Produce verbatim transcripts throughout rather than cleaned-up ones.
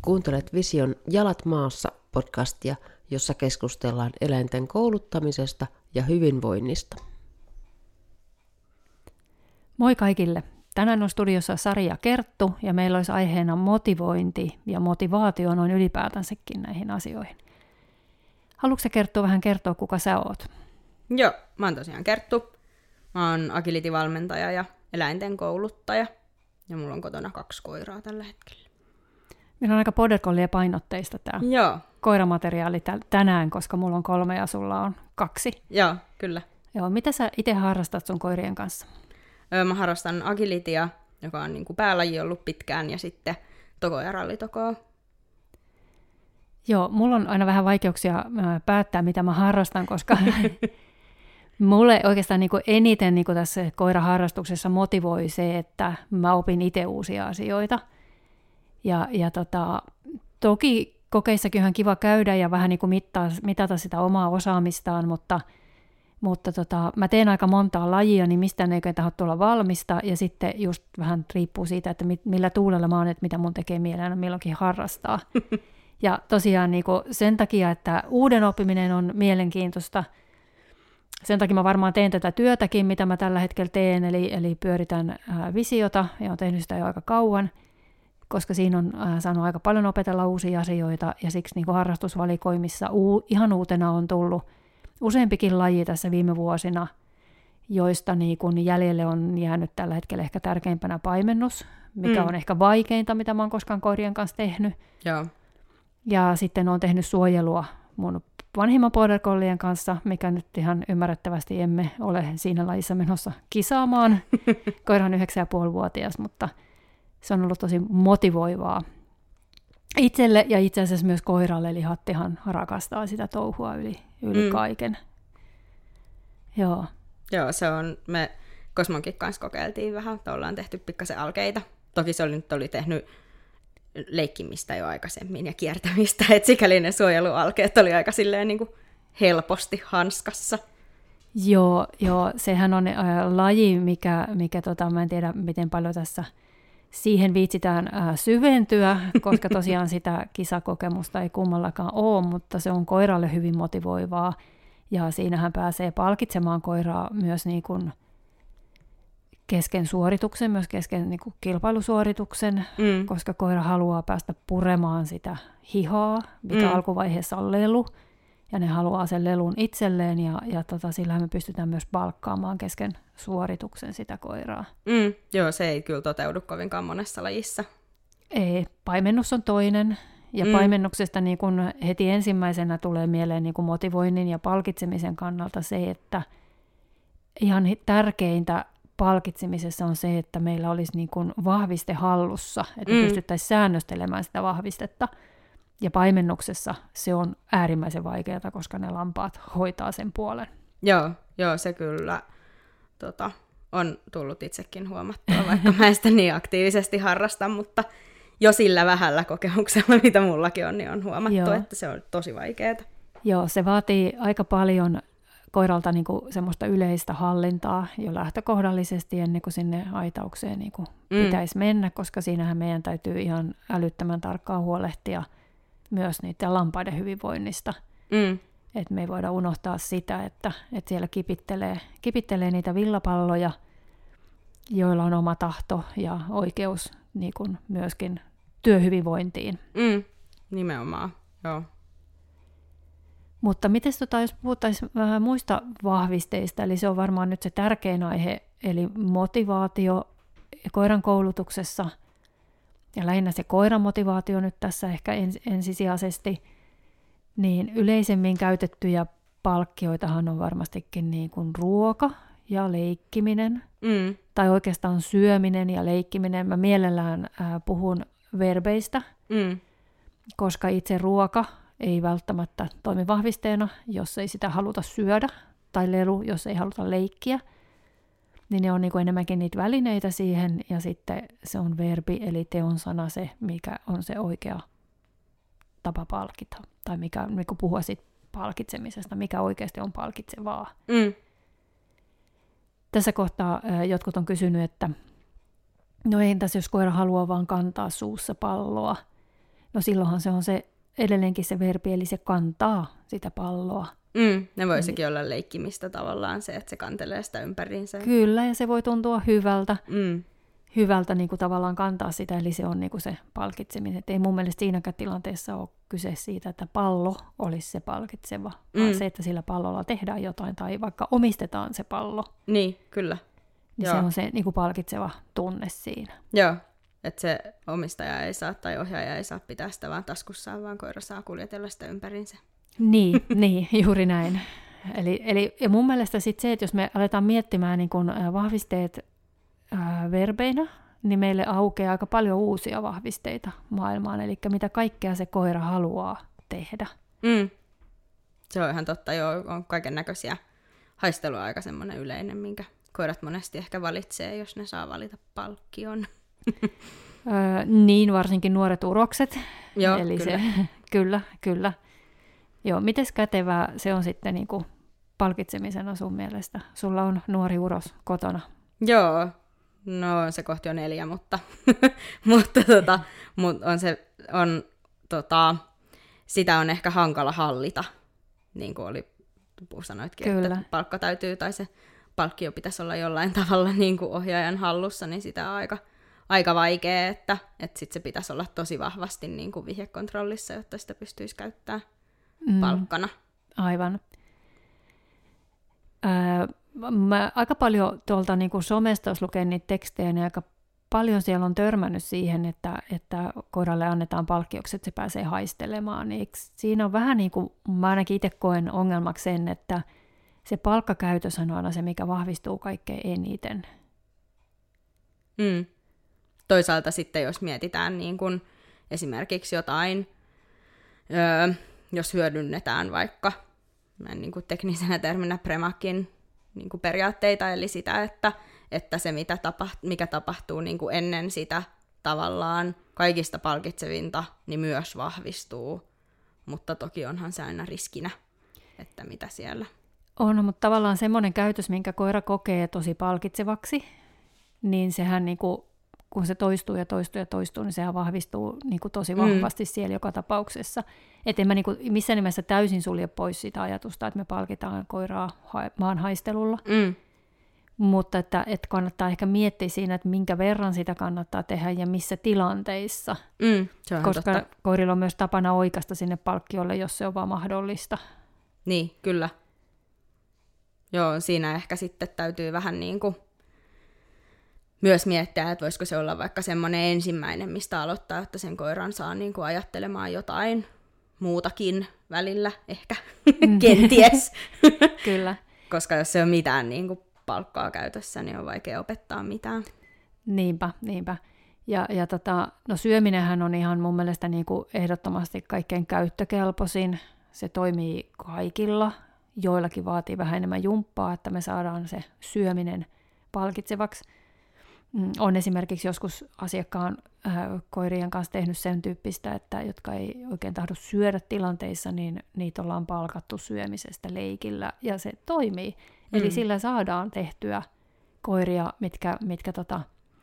Kuuntelet Vision Jalat maassa podcastia, jossa keskustellaan eläinten kouluttamisesta ja hyvinvoinnista. Moi kaikille! Tänään on studiossa Sari ja Kerttu ja meillä olisi aiheena motivointi ja motivaatio noin ylipäätänsäkin näihin asioihin. Haluatko Kerttu vähän kertoa, kuka sä oot? Joo, mä oon tosiaan Kerttu. Mä oon agility-valmentaja ja eläinten kouluttaja. Ja mulla on kotona kaksi koiraa tällä hetkellä. Meillä on aika border collie painotteista tämä Joo. koiramateriaali t- tänään, koska mulla on kolme ja sulla on kaksi. Joo, kyllä. Joo, mitä sä itse harrastat sun koirien kanssa? Öö, mä harrastan agilityä, joka on niinku päälaji ollut pitkään, ja sitten tokoa ja rallitokoa. Joo, mulla on aina vähän vaikeuksia päättää, mitä mä harrastan, koska mulle oikeastaan niin kuin eniten niin kuin tässä koiraharrastuksessa motivoi se, että mä opin itse uusia asioita. Ja, ja tota, toki kokeissakin on kiva käydä ja vähän niin kuin mittaa, mitata sitä omaa osaamistaan, mutta, mutta tota, mä teen aika montaa lajia, niin mistään ei tahdo tulla valmista. Ja sitten just vähän riippuu siitä, että millä tuulella mä oon, että mitä mun tekee mieleen milloinkin harrastaa. Ja tosiaan niin kuin sen takia, että uuden oppiminen on mielenkiintoista, sen takia mä varmaan teen tätä työtäkin, mitä mä tällä hetkellä teen, eli, eli pyöritän ää, visiota, ja olen tehnyt sitä jo aika kauan, koska siinä on ää, saanut aika paljon opetella uusia asioita, ja siksi niin kuin harrastusvalikoimissa uu, ihan uutena on tullut useampikin laji tässä viime vuosina, joista niin kuin jäljelle on jäänyt tällä hetkellä ehkä tärkeimpänä paimennus, mikä mm. on ehkä vaikeinta, mitä mä oon koskaan koirien kanssa tehnyt. Joo. Ja sitten olen tehnyt suojelua mun vanhimman border collien kanssa, mikä nyt ihan ymmärrettävästi emme ole siinä lajissa menossa kisaamaan. Koira on yhdeksän ja puoli vuotias, mutta se on ollut tosi motivoivaa itselle ja itse asiassa myös koiralle, eli Hattihan rakastaa sitä touhua yli, yli mm. kaiken. Joo. Joo, se on, me Kosmonkin kanssa kokeiltiin vähän, että ollaan tehty pikkasen alkeita. Toki se oli, nyt oli tehnyt leikkimistä jo aikaisemmin ja kiertämistä, että sikäli ne suojelualkeet oli aika silleen niin kuin helposti hanskassa. Joo, joo, sehän on äh, laji, mikä, mikä tota, mä en tiedä miten paljon tässä siihen viitsitään äh, syventyä, koska tosiaan sitä kisakokemusta ei kummallakaan ole, mutta se on koiralle hyvin motivoivaa ja siinähän pääsee palkitsemaan koiraa myös niin kuin kesken suorituksen, myös kesken niin kuin kilpailusuorituksen, mm. koska koira haluaa päästä puremaan sitä hihaa, mikä mm. alkuvaiheessa on lelu, ja ne haluaa sen lelun itselleen, ja, ja tota, sillä me pystytään myös palkkaamaan kesken suorituksen sitä koiraa. Mm. Joo, se ei kyllä toteudu kovinkaan monessa lajissa. Ei, paimennus on toinen, ja mm. paimennuksesta niin kun heti ensimmäisenä tulee mieleen niin kun motivoinnin ja palkitsemisen kannalta se, että ihan tärkeintä palkitsemisessa on se, että meillä olisi niin kuin vahviste hallussa, että me mm. pystyttäisiin säännöstelemään sitä vahvistetta. Ja paimennuksessa se on äärimmäisen vaikeaa, koska ne lampaat hoitaa sen puolen. Joo, joo se kyllä tota, on tullut itsekin huomattua, vaikka mä en sitä niin aktiivisesti harrasta, mutta jo sillä vähällä kokemuksella, mitä mullakin on, niin on huomattu, joo. että se on tosi vaikeaa. Joo, se vaatii aika paljon koiralta niin kuin semmoista yleistä hallintaa jo lähtökohdallisesti ennen kuin sinne aitaukseen niin kuin mm. pitäisi mennä, koska siinähän meidän täytyy ihan älyttömän tarkkaan huolehtia myös niiden lampaiden hyvinvoinnista. Mm. Että me ei voida unohtaa sitä, että, että siellä kipittelee, kipittelee niitä villapalloja, joilla on oma tahto ja oikeus niin kuin myöskin työhyvinvointiin. Mm. Nimenomaan, joo. Mutta miten tota, jos puhuttaisiin vähän muista vahvisteista, eli se on varmaan nyt se tärkein aihe, eli motivaatio koiran koulutuksessa, ja lähinnä se koiran motivaatio nyt tässä ehkä ens, ensisijaisesti, niin yleisemmin käytettyjä palkkioitahan on varmastikin niin kuin ruoka ja leikkiminen, mm. tai oikeastaan syöminen ja leikkiminen. Mä mielellään äh, puhun verbeistä, mm. koska itse ruoka ei välttämättä toimi vahvisteena, jos ei sitä haluta syödä, tai lelu, jos ei haluta leikkiä. Niin ne on niin kuin enemmänkin niitä välineitä siihen, ja sitten se on verbi, eli teon sana se, mikä on se oikea tapa palkita. Tai mikä, niin kuin puhua siitä palkitsemisesta, mikä oikeasti on palkitsevaa. Mm. Tässä kohtaa jotkut on kysynyt, että no entäs jos koira haluaa vaan kantaa suussa palloa, no silloinhan se on se edelleenkin se verbi, eli se kantaa sitä palloa. Mm, ne voisikin olla leikkimistä tavallaan se, että se kantelee sitä ympäriinsä. Kyllä, ja se voi tuntua hyvältä, Mm. hyvältä niin kuin tavallaan kantaa sitä, eli se on niin kuin se palkitseminen. Et ei mun mielestä siinäkään tilanteessa ole kyse siitä, että pallo olisi se palkitseva, mm. vaan se, että sillä pallolla tehdään jotain tai vaikka omistetaan se pallo. Niin, kyllä. Niin se on se niin kuin palkitseva tunne siinä. Joo, että se omistaja ei saa tai ohjaaja ei saa pitää sitä vaan taskussaan, vaan koira saa kuljetella sitä ympäriinsä. Niin, niin, juuri näin. Eli, eli, ja mun mielestä sit se, että jos me aletaan miettimään niin kun vahvisteet ää, verbeinä, niin meille aukeaa aika paljon uusia vahvisteita maailmaan, eli mitä kaikkea se koira haluaa tehdä. Mm. Se on ihan totta, joo, on kaiken näköisiä. Haistelu on aika semmoinen yleinen, minkä koirat monesti ehkä valitsee, jos ne saa valita palkkion. Öö, niin, varsinkin nuoret urokset. Joo, eli kyllä. Se, kyllä, kyllä. Joo, mites kätevää se on sitten niin kuin palkitsemisena sun mielestä? Sulla on nuori uros kotona. Joo, no se kohti on neljä, mutta, mutta tota, mut on se, on, tota, sitä on ehkä hankala hallita, niin kuin oli, sanoitkin, Kyllä. että palkka täytyy, tai se palkkio pitäisi olla jollain tavalla niin kuin ohjaajan hallussa, niin sitä on aika, aika vaikea, että, että sit se pitäisi olla tosi vahvasti niin kuin vihjekontrollissa, jotta sitä pystyisi käyttämään mm. palkkana. Aivan. Öö, mä aika paljon tuolta niin kuin somesta, jos lukee niitä tekstejä, niin aika paljon siellä on törmännyt siihen, että, että koiralle annetaan palkkioksi, että se pääsee haistelemaan. Niin siinä on vähän niin kuin, mä ainakin itse koen ongelmaksi sen, että se palkkakäytös on aina se, mikä vahvistuu kaikkein eniten. Mm. Toisaalta sitten, jos mietitään niin kuin esimerkiksi jotain, öö, jos hyödynnetään vaikka niin kuin teknisenä terminä Premakin niin kuin periaatteita, eli sitä, että, että se mitä tapaht- mikä tapahtuu niin kuin ennen sitä tavallaan kaikista palkitsevinta, niin myös vahvistuu, mutta toki onhan se aina riskinä, että mitä siellä. On, mutta tavallaan semmoinen käytös, minkä koira kokee tosi palkitsevaksi, niin sehän niin kuin, kun se toistuu ja toistuu ja toistuu, niin sehän vahvistuu niin kuin tosi vahvasti mm. siellä joka tapauksessa. Että en mä niin kuin missään nimessä täysin sulje pois sitä ajatusta, että me palkitaan koiraa ha- maan haistelulla. Mm. Mutta että, että kannattaa ehkä miettiä siinä, että minkä verran sitä kannattaa tehdä ja missä tilanteissa. Mm, se on koska totta. koirilla on myös tapana oikasta sinne palkkiolle, jos se on vaan mahdollista. Niin, kyllä. Joo, siinä ehkä sitten täytyy vähän niin kuin myös miettiä, että voisiko se olla vaikka semmoinen ensimmäinen, mistä aloittaa, että sen koiran saa niin kuin ajattelemaan jotain muutakin välillä, ehkä, kenties. Kyllä. Koska jos se on mitään niin kuin palkkaa käytössä, niin on vaikea opettaa mitään. Niinpä, niinpä. Ja, ja tota, no syöminenhän on ihan mun mielestä niin kuin ehdottomasti kaikkein käyttökelpoisin. Se toimii kaikilla. Joillakin vaatii vähän enemmän jumppaa, että me saadaan se syöminen palkitsevaksi. On esimerkiksi joskus asiakkaan äh, koirien kanssa tehnyt sen tyyppistä, että jotka ei oikein tahdo syödä tilanteissa, niin niitä ollaan palkattu syömisestä leikillä, ja se toimii. Mm. Eli sillä saadaan tehtyä koiria, mitkä, mitkä tota,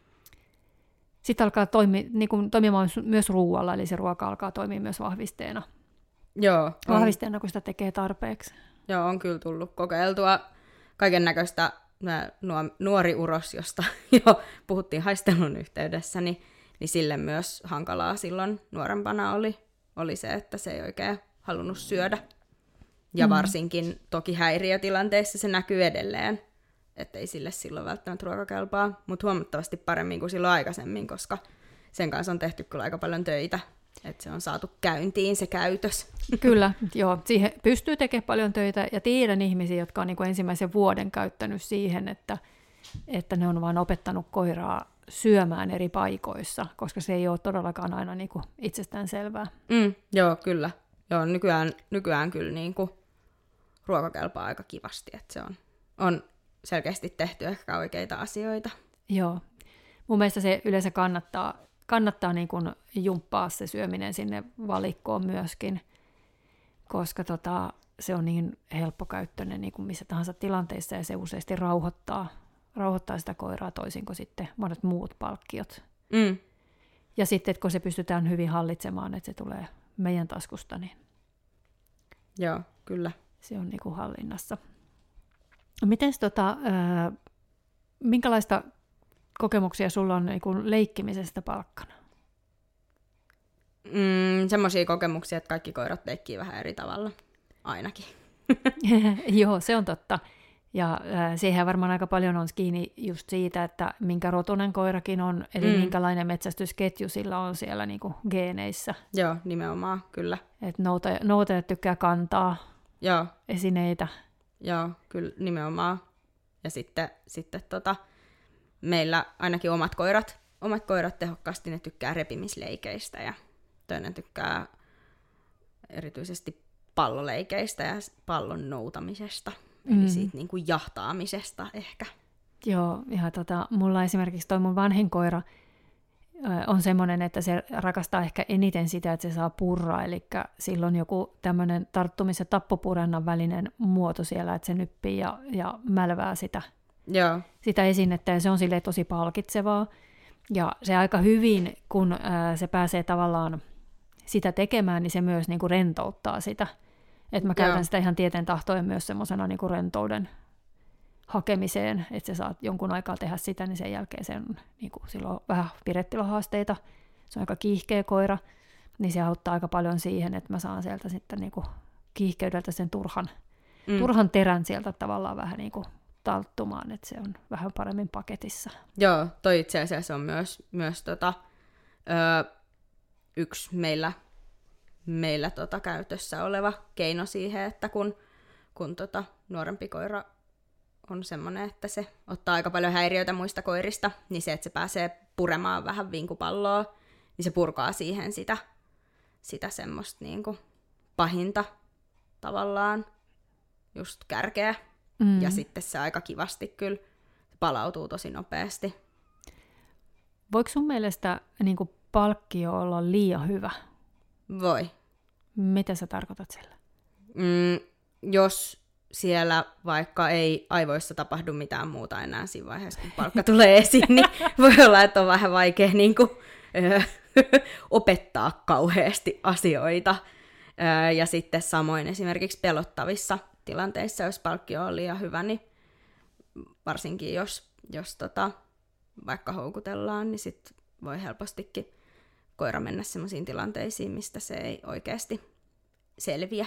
sitten alkaa toimi, niin kuin, toimimaan myös ruualla, eli se ruoka alkaa toimia myös vahvisteena. Joo. On, vahvisteena, kun sitä tekee tarpeeksi. Joo, on kyllä tullut kokeiltua kaiken näköistä. Nuori uros, josta jo puhuttiin haistelun yhteydessä, niin, niin sille myös hankalaa silloin nuorempana oli, oli se, että se ei oikein halunnut syödä. Ja mm. varsinkin toki häiriötilanteissa se näkyy edelleen, ettei sille silloin välttämättä ruokakelpaa, mutta huomattavasti paremmin kuin silloin aikaisemmin, koska sen kanssa on tehty kyllä aika paljon töitä, että se on saatu käyntiin se käytös. Kyllä, joo. Siihen pystyy tekemään paljon töitä, ja tiedän ihmisiä, jotka on niin kuin ensimmäisen vuoden käyttänyt siihen, että, että ne on vain opettanut koiraa syömään eri paikoissa, koska se ei ole todellakaan aina niin kuin itsestään selvää. Mm, joo, kyllä. Joo, nykyään, nykyään kyllä niin kuin ruokakelpaa aika kivasti, että se on, on selkeästi tehty ehkä oikeita asioita. Joo. Mun mielestä se yleensä kannattaa Kannattaa niin kuin jumppaa se syöminen sinne valikkoon myöskin, koska tota, se on niin helppokäyttöinen niin kuin missä tahansa tilanteissa, ja se useasti rauhoittaa, rauhoittaa sitä koiraa toisin kuin sitten monet muut palkkiot. Mm. Ja sitten, että kun se pystytään hyvin hallitsemaan, että se tulee meidän taskusta, niin Joo, kyllä. se on niin kuin hallinnassa. Mites tota, ää, minkälaista kokemuksia sulla on niin kuin leikkimisestä palkkana? Mm, semmoisia kokemuksia, että kaikki koirat leikkii vähän eri tavalla, ainakin. Joo, se on totta. Ja äh, siihen varmaan aika paljon on kiinni just siitä, että minkä rotunen koirakin on, eli mm. minkälainen metsästysketju sillä on siellä niin kuin geeneissä. Joo, nimenomaan, kyllä. Että noutajat, noutajat tykkää kantaa Joo. esineitä. Joo, kyllä, nimenomaan. Ja sitten, sitten tota, meillä ainakin omat koirat, omat koirat tehokkaasti, ne tykkää repimisleikeistä ja toinen tykkää erityisesti palloleikeistä ja pallon noutamisesta. Eli Mm. siitä niin kuin jahtaamisesta ehkä. Joo, ja tota, mulla esimerkiksi toi mun vanhin koira ö, on semmoinen, että se rakastaa ehkä eniten sitä, että se saa purraa, eli silloin joku tämmöinen tarttumis- ja tappopurennan välinen muoto siellä, että se nyppii ja, ja mälvää sitä, Joo. sitä esinettä, ja se on silleen tosi palkitsevaa. Ja se aika hyvin, kun ää, se pääsee tavallaan sitä tekemään, niin se myös niinku rentouttaa sitä. Että mä käytän Joo. sitä ihan tieten tahtoen myös semmoisena niinku rentouden hakemiseen, että sä saat jonkun aikaa tehdä sitä, niin sen jälkeen sen, niinku, silloin on vähän pirettilahaasteita, se on aika kiihkeä koira, niin se auttaa aika paljon siihen, että mä saan sieltä sitten niinku kiihkeydeltä sen turhan, mm. turhan terän sieltä tavallaan vähän niinku talttumaan, että se on vähän paremmin paketissa. Joo, toi itse asiassa on myös, myös tota, ö, yksi meillä, meillä tota käytössä oleva keino siihen, että kun, kun tota nuorempi koira on semmoinen, että se ottaa aika paljon häiriöitä muista koirista, niin se, että se pääsee puremaan vähän vinkupalloa, niin se purkaa siihen sitä, sitä semmoista niinku pahinta tavallaan, just kärkeä. Mm. Ja sitten se aika kivasti kyllä palautuu tosi nopeasti. Voiko sun mielestä niin kuin palkkio olla liian hyvä? Voi. Mitä sä tarkoitat sillä? Mm, jos siellä vaikka ei aivoissa tapahdu mitään muuta enää siinä vaiheessa, kun palkka tulee esiin, niin voi olla, että on vähän vaikea niin kuin, ö, opettaa kauheasti asioita. Ö, ja sitten samoin esimerkiksi pelottavissa tilanteissa, jos palkkio on liian hyvä, niin varsinkin jos, jos tota, vaikka houkutellaan, niin sit voi helpostikin koira mennä sellaisiin tilanteisiin, mistä se ei oikeasti selviä.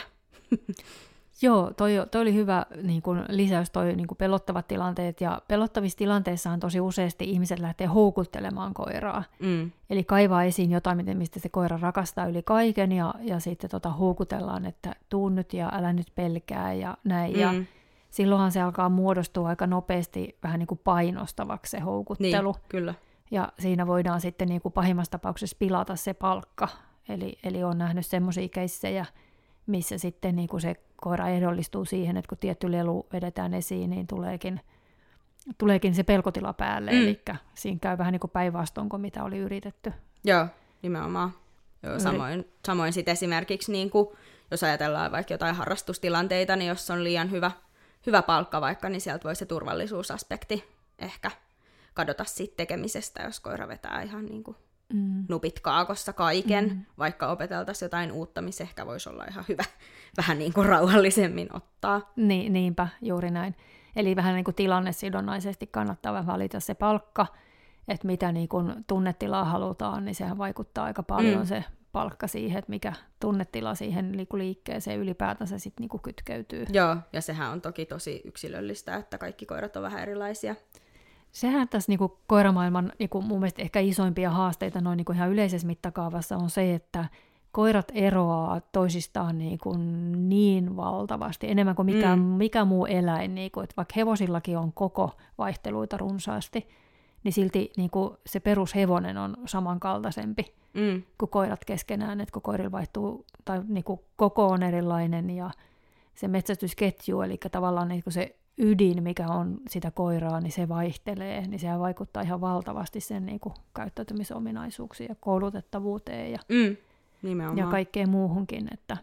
Joo, toi, toi oli hyvä niin kun lisäys, toi niin kun pelottavat tilanteet. Ja pelottavissa tilanteissahan tosi useasti ihmiset lähtee houkuttelemaan koiraa. Mm. Eli kaivaa esiin jotain, mistä se koira rakastaa yli kaiken, ja, ja sitten tota, houkutellaan, että tuu nyt ja älä nyt pelkää ja näin. Mm. Ja silloinhan se alkaa muodostua aika nopeasti vähän niin kuin painostavaksi se houkuttelu. Niin, kyllä. Ja siinä voidaan sitten niin kuin pahimmassa tapauksessa pilata se palkka. Eli, eli on nähnyt semmoisia keissejä, missä sitten niin kuin se koira ehdollistuu siihen, että kun tietty lelu vedetään esiin, niin tuleekin, tuleekin se pelkotila päälle. Mm. Eli siinä käy vähän niin kuin päinvastoin kuin mitä oli yritetty. Joo, nimenomaan. Joo, samoin samoin sitten esimerkiksi, niin kuin, jos ajatellaan vaikka jotain harrastustilanteita, niin jos on liian hyvä, hyvä palkka vaikka, niin sieltä voi se turvallisuusaspekti ehkä kadota siitä tekemisestä, jos koira vetää ihan niin kuin mm. nupit kaakossa kaiken, mm. vaikka opeteltaisiin jotain uutta, missä ehkä voisi olla ihan hyvä vähän niin kuin rauhallisemmin ottaa. Niin, niinpä, juuri näin. Eli vähän niin kuin tilannesidonnaisesti kannattaa valita se palkka, että mitä niin kuin tunnetilaa halutaan, niin sehän vaikuttaa aika paljon mm. se palkka siihen, että mikä tunnetila siihen liikkeeseen ylipäätänsä sitten niin kuin kytkeytyy. Joo, ja sehän on toki tosi yksilöllistä, että kaikki koirat on vähän erilaisia. Sehän tässä niin kuin koiramaailman niin kuin mun mielestä ehkä isoimpia haasteita noin niin kuin ihan yleisessä mittakaavassa on se, että koirat eroaa toisistaan niin, kuin niin valtavasti, enemmän kuin mikä, mm. mikä muu eläin. Niin kuin, että vaikka hevosillakin on koko vaihteluita runsaasti, niin silti niin kuin se perushevonen on samankaltaisempi mm. kuin koirat keskenään, että kun koirilla vaihtuu, tai niin kuin koko on erilainen, ja se metsästysketju, eli tavallaan niin kuin se ydin, mikä on sitä koiraa, niin se vaihtelee, niin sehän vaikuttaa ihan valtavasti sen niin kuin käyttäytymisominaisuuksiin ja koulutettavuuteen ja, mm, ja kaikkeen muuhunkin. Että,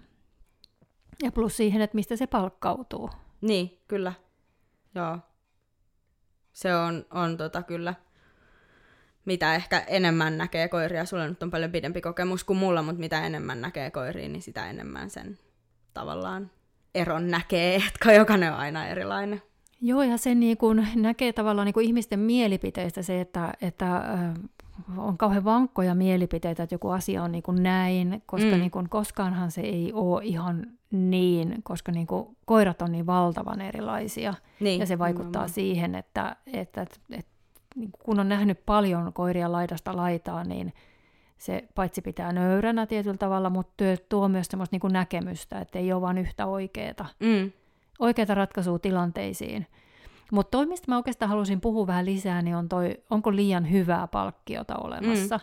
ja plus siihen, että mistä se palkkautuu. Niin, kyllä. Joo. Se on, on tota kyllä mitä ehkä enemmän näkee koiria, sulla nyt on paljon pidempi kokemus kuin mulla, mutta mitä enemmän näkee koiria, niin sitä enemmän sen tavallaan eron näkee, että jokainen on aina erilainen. Joo, ja se niin kuin näkee tavallaan niin kuin ihmisten mielipiteistä se, että, että äh, on kauhean vankkoja mielipiteitä, että joku asia on niin kuin näin, koska mm. niin kuin koskaanhan se ei ole ihan niin, koska niin kuin koirat on niin valtavan erilaisia. Niin, ja se vaikuttaa mm. siihen, että, että, että, että niin kun on nähnyt paljon koiria laidasta laitaan, niin se paitsi pitää nöyränä tietyllä tavalla, mutta tuo myös semmoista niin kuin näkemystä, että ei ole vain yhtä oikeaa. Mm. Oikeata ratkaisua tilanteisiin. Mutta toi, mistä mä oikeastaan halusin puhua vähän lisää, niin on toi, onko liian hyvää palkkiota olemassa.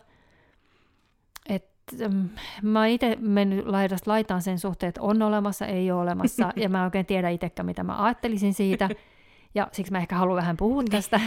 Mm. Et, ähm, mä oon itse mennyt laidasta laitaan sen suhteen, että on olemassa, ei ole olemassa, ja mä en oikein tiedä itsekään, mitä mä ajattelisin siitä, ja siksi mä ehkä haluan vähän puhua tästä.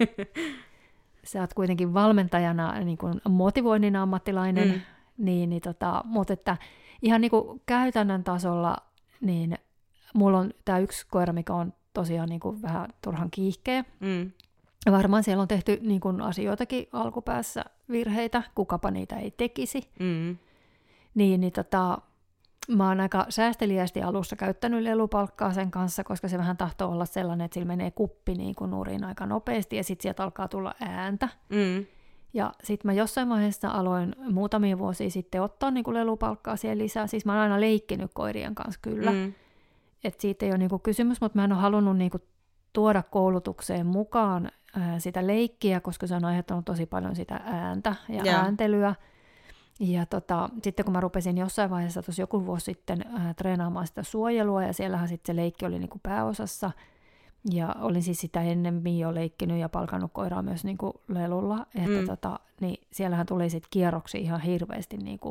Sä oot kuitenkin valmentajana niin kuin motivoinnin ammattilainen, mm. niin, niin tota, mutta että ihan niin kuin käytännön tasolla, niin mulla on tämä yksi koira, mikä on tosiaan niin kuin vähän turhan kiihkeä. Mm. Varmaan siellä on tehty niin kuin asioitakin alkupäässä virheitä, kukapa niitä ei tekisi. Mm. Niin, niin tota, mä oon aika säästeliästi alussa käyttänyt lelupalkkaa sen kanssa, koska se vähän tahtoo olla sellainen, että sillä menee kuppi niin kuin nurin aika nopeasti ja sitten sieltä alkaa tulla ääntä. Mm. Ja sitten mä jossain vaiheessa aloin muutamia vuosia sitten ottaa niin kuin lelupalkkaa siihen lisää. Siis mä oon aina leikkinyt koirien kanssa kyllä. Mm. Että siitä ei ole niinku kysymys, mutta mä en ole halunnut niinku tuoda koulutukseen mukaan ää, sitä leikkiä, koska se on aiheuttanut tosi paljon sitä ääntä ja yeah. ääntelyä. Ja tota, sitten kun mä rupesin jossain vaiheessa tuossa joku vuosi sitten ää, treenaamaan sitä suojelua, ja siellähän sitten se leikki oli niinku pääosassa, ja olin siis sitä ennemmin jo leikkinyt ja palkannut koiraa myös niinku lelulla, että mm. tota, niin siellähän tuli sitten kierroksia ihan hirveästi niinku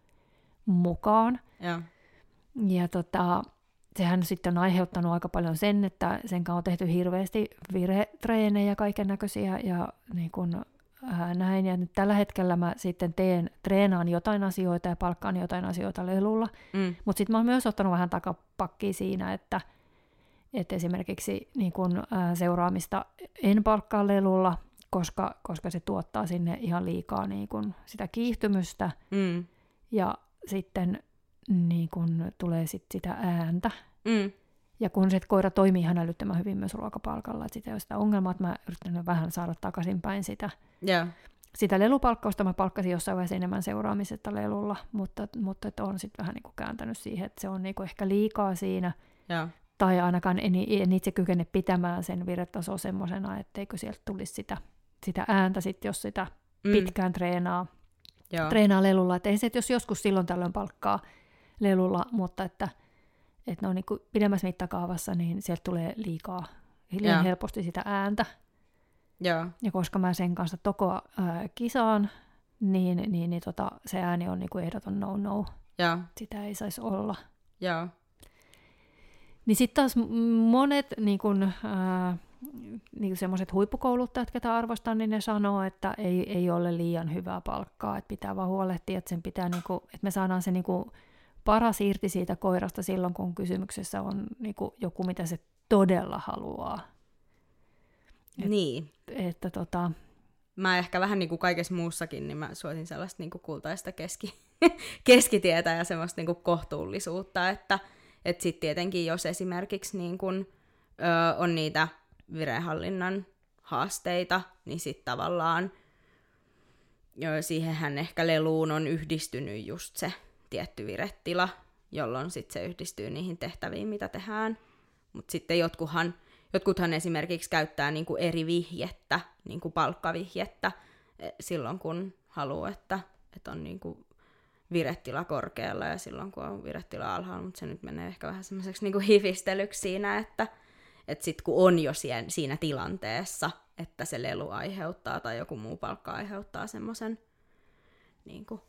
mukaan. Yeah. Ja tota... Sehän sitten on aiheuttanut aika paljon sen, että sen kanssa on tehty hirveästi virhetreenejä ja kaiken näköisiä ja niin kuin, ää, näin. Ja nyt tällä hetkellä mä sitten teen, treenaan jotain asioita ja palkkaan jotain asioita lelulla. Mm. Mutta sitten mä oon myös ottanut vähän takapakkia siinä, että, että esimerkiksi niin kuin, ää, seuraamista en palkkaa lelulla, koska, koska se tuottaa sinne ihan liikaa niin kuin sitä kiihtymystä. Mm. Ja sitten niin kun tulee sit sitä ääntä. Mm. Ja kun se koira toimii ihan älyttömän hyvin myös ruokapalkalla, että sitä ei ole sitä ongelmaa, että mä yritän vähän saada takaisinpäin sitä. Yeah. Sitä lelupalkkausta mä palkkasin jossain vaiheessa enemmän seuraamisesta lelulla, mutta, mutta että on sitten vähän niinku kääntänyt siihen, että se on niinku ehkä liikaa siinä. Yeah. Tai ainakaan en, en itse kykene pitämään sen viretasoa semmoisena, etteikö sieltä tulisi sitä, sitä ääntä sit, jos sitä mm. pitkään treenaa, yeah. treenaa lelulla. Että ei se, että jos joskus silloin tällöin palkkaa lelulla, mutta että, että ne on niin kuin pidemmässä mittakaavassa, niin sieltä tulee liikaa, liian helposti sitä ääntä. Ja, ja koska mä sen kanssa tokoa ää, kisaan, niin, niin, niin tota, se ääni on niin kuin ehdoton no-no. Ja. Sitä ei saisi olla. Ja. Niin sitten taas monet niin kuin, ää, niin kuin semmoiset huippukouluttajat, ketä arvostan, niin ne sanoo, että ei, ei ole liian hyvää palkkaa, että pitää vaan huolehtia, että, sen pitää, niin kuin, että me saadaan se niin kuin paras irti siitä koirasta silloin, kun kysymyksessä on niin kuin joku, mitä se todella haluaa. Et, niin. Että, tota... Mä ehkä vähän niin kuin kaikessa muussakin, niin mä suosin sellaista niin kuin kultaista keski... keskitietä ja semmoista niin kuin kohtuullisuutta, että et sitten tietenkin, jos esimerkiksi niin kuin, ö, on niitä virehallinnan haasteita, niin sitten tavallaan jo, siihenhän ehkä leluun on yhdistynyt just se tietty viretila, jolloin sitten se yhdistyy niihin tehtäviin, mitä tehdään. Mutta sitten jotkuthan, jotkuthan esimerkiksi käyttää niinku eri vihjettä, niinku palkkavihjettä, silloin kun haluaa, että, että on niinku viretila korkealla ja silloin kun on viretila alhaalla, mutta se nyt menee ehkä vähän semmoiseksi niinku hifistelyksi siinä, että et sitten kun on jo siinä, siinä tilanteessa, että se lelu aiheuttaa tai joku muu palkka aiheuttaa semmoisen niinku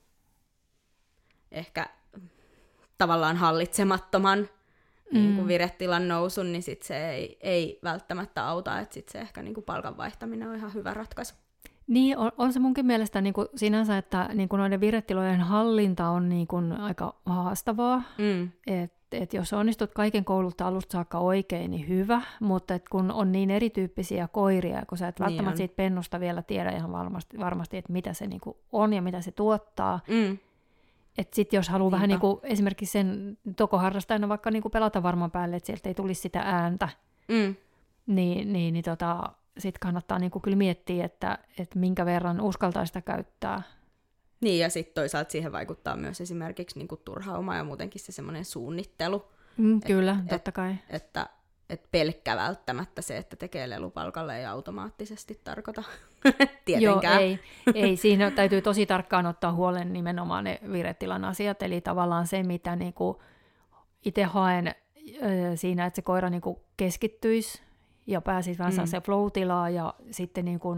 ehkä tavallaan hallitsemattoman mm. niin kuin viretilan nousun, niin sit se ei, ei välttämättä auta, että sit se ehkä niin kuin palkan vaihtaminen on ihan hyvä ratkaisu. Niin, on, on se munkin mielestä niin kuin sinänsä, että niin kuin noiden viretilojen hallinta on niin kuin aika haastavaa, mm. että et jos onnistut kaiken kouluttaa alusta saakka oikein, niin hyvä, mutta et kun on niin erityyppisiä koiria, kun sä et välttämättä niin siitä pennusta vielä tiedä ihan varmasti, varmasti että mitä se niinku on ja mitä se tuottaa. Mm. Että sitten jos haluaa Niinpä. vähän niinku, esimerkiksi sen tokoharrastajana vaikka niinku pelata varman päälle, että sieltä ei tulisi sitä ääntä, Mm. niin, niin, niin tota, sitten kannattaa niinku kyllä miettiä, että, että minkä verran uskaltaa sitä käyttää. Niin, ja sitten toisaalta siihen vaikuttaa myös esimerkiksi niinku turhauma ja muutenkin se semmoinen suunnittelu. Mm, Et- kyllä, et- totta kai. Että et pelkkä välttämättä se, että tekee lelupalkalle ei automaattisesti tarkoita tietenkään. Joo, ei, ei. Siinä täytyy tosi tarkkaan ottaa huolen nimenomaan ne viretilan asiat, eli tavallaan se, mitä niinku itse haen ö, siinä, että se koira niinku keskittyisi ja pääsisi vähän Mm. se flow-tilaan ja sitten niinku,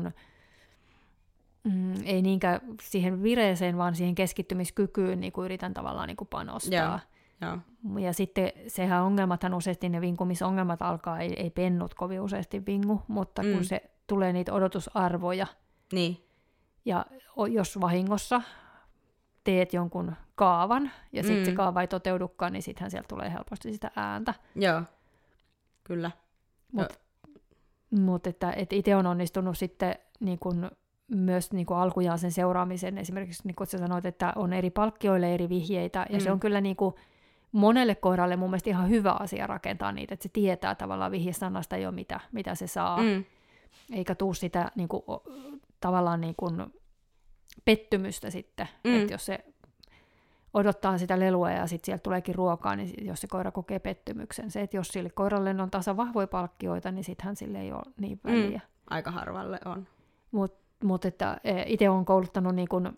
mm, ei niinkään siihen vireeseen, vaan siihen keskittymiskykyyn niinku yritän tavallaan niinku panostaa. Joo. Ja sitten sehän ongelmathan useasti, ne vinkumisongelmat alkaa, ei, ei pennut kovin useasti vingu, mutta kun Mm. se tulee niitä odotusarvoja, Niin. ja o- jos vahingossa teet jonkun kaavan, ja sitten Mm. se kaava ei toteudukaan, niin sittenhän sieltä tulee helposti sitä ääntä. Joo. Kyllä. Mutta mut että et itse on onnistunut sitten niin kun, myös niin kun alkujaan sen seuraamisen, esimerkiksi niin kun sä sanoit, että on eri palkkioille eri vihjeitä, ja Mm. se on kyllä niin kun monelle koiralle mun mielestä ihan hyvä asia rakentaa niitä, että se tietää tavallaan vihjesanasta jo, mitä, mitä se saa, Mm. eikä tuu sitä niin kun, o- tavallaan niin kun pettymystä sitten, Mm. että jos se odottaa sitä lelua ja sitten sieltä tuleekin ruokaa, niin jos se koira kokee pettymyksen. Se, että jos sille koiralle on tasa vahvoja palkkioita, niin sittenhän sille ei ole niin väliä. Mm. Aika harvalle on. Mutta mut, itse olen kouluttanut niin kun,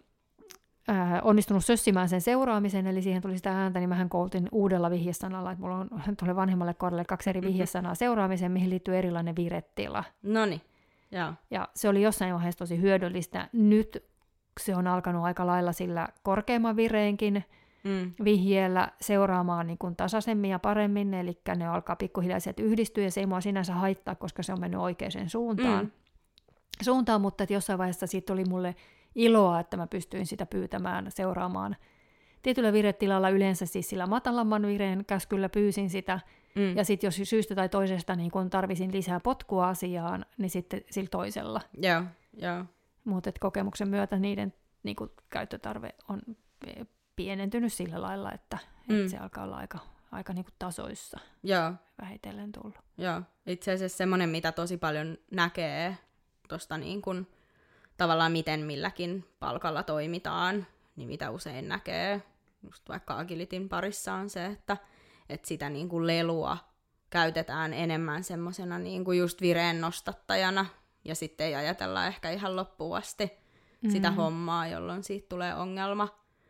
ää, onnistunut sössimään sen seuraamisen, eli siihen tuli sitä ääntä, niin mähän koulutin uudella vihjesanalla, että mulla on tuolle vanhemmalle koiralle kaksi eri vihjesanaa seuraamiseen, mihin liittyy erilainen viretila. Noniin. Joo. Ja se oli jossain vaiheessa tosi hyödyllistä. Nyt se on alkanut aika lailla sillä korkeamman vireenkin Mm. vihjeellä seuraamaan niin kuin tasaisemmin ja paremmin, eli ne alkaa pikkuhiljaa sieltä yhdistyä, ja se ei mua sinänsä haittaa, koska se on mennyt oikeaan suuntaan. Mm. suuntaan mutta että jossain vaiheessa siitä oli mulle iloa, että mä pystyin sitä pyytämään seuraamaan tietyllä viretilalla, yleensä siis sillä matalamman vireen käskyllä pyysin sitä, Mm. ja sitten jos syystä tai toisesta niin kun tarvisin lisää potkua asiaan, niin sitten sillä toisella. Joo. Joo. Mutta kokemuksen myötä niiden niin kun, käyttötarve on pienentynyt sillä lailla, että, Mm. että se alkaa olla aika, aika niin kuin tasoissa Joo. vähitellen tullut. Joo. Itse asiassa semmoinen, mitä tosi paljon näkee tuosta niin kuin, tavallaan miten milläkin palkalla toimitaan, niin mitä usein näkee, just vaikka agilitin parissa on se, että, että sitä niin kuin lelua käytetään enemmän semmoisena niin kuin just vireen nostattajana, ja sitten ei ajatella ehkä ihan loppuun asti mm. sitä hommaa, jolloin siitä tulee ongelma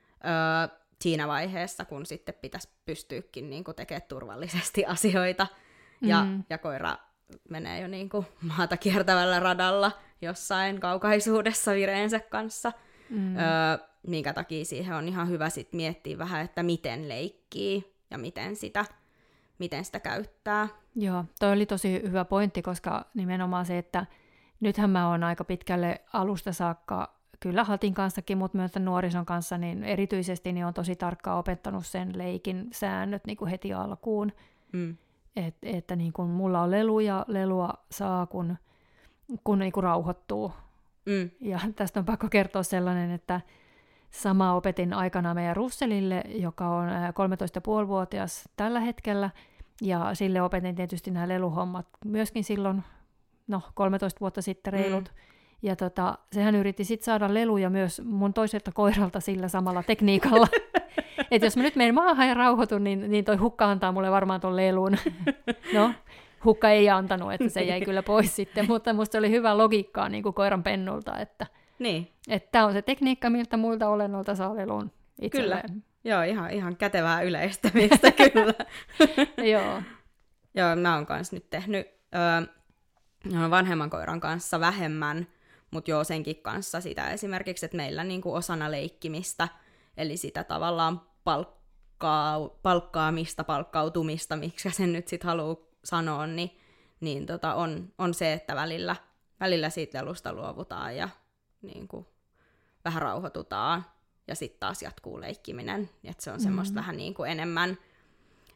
öö, siinä vaiheessa, kun sitten pitäisi pystyäkin niin kuin tekemään turvallisesti asioita, ja, Mm. ja koira menee jo niin kuin maata kiertävällä radalla jossain kaukaisuudessa vireensä kanssa, Mm. öö, minkä takia siihen on ihan hyvä sit miettiä vähän, että miten leikkii ja miten sitä, miten sitä käyttää. Joo, toi oli tosi hyvä pointti, koska nimenomaan se, että nythän mä oon aika pitkälle alusta saakka, kyllä Hatin kanssakin, mutta myös nuorison kanssa, niin erityisesti niin on tosi tarkkaan opettanut sen leikin säännöt niin kuin heti alkuun. Mm. Et, että niin kuin mulla on lelu ja lelua saa, kun, kun niin kuin rauhoittuu. Mm. Ja tästä on pakko kertoa sellainen, että sama opetin aikana meidän Russelille, joka on kolmetoista pilkku viisi-vuotias tällä hetkellä, ja sille opetin tietysti nämä leluhommat myöskin silloin, no kolmetoista vuotta sitten reilut. Mm. Ja tota, sehän yritti sitten saada leluja myös mun toiselta koiralta sillä samalla tekniikalla. Että jos mä nyt menen maahan ja rauhoitun, niin, niin toi hukka antaa mulle varmaan ton lelun. No, hukka ei antanut, että se jäi kyllä pois sitten, mutta musta se oli hyvä logiikkaa niin kuin koiran pennulta, että Niin. tämä on se tekniikka, miltä muilta olennolta saa lelun itselleen. Kyllä. Joo, ihan, ihan kätevää yleistämistä kyllä. Joo. Joo, mä oon kans nyt tehnyt öö, vanhemman koiran kanssa vähemmän, mutta joo senkin kanssa sitä esimerkiksi, että meillä niinku osana leikkimistä, eli sitä tavallaan palkkaa, palkkaamista, palkkautumista, miksi sen nyt sit haluaa sanoa, niin, niin tota on, on se, että välillä, välillä siitä lelusta luovutaan ja niinku vähän rauhoitutaan, ja sitten taas jatkuu leikkiminen, että se on semmoista mm-hmm. vähän niin kuin enemmän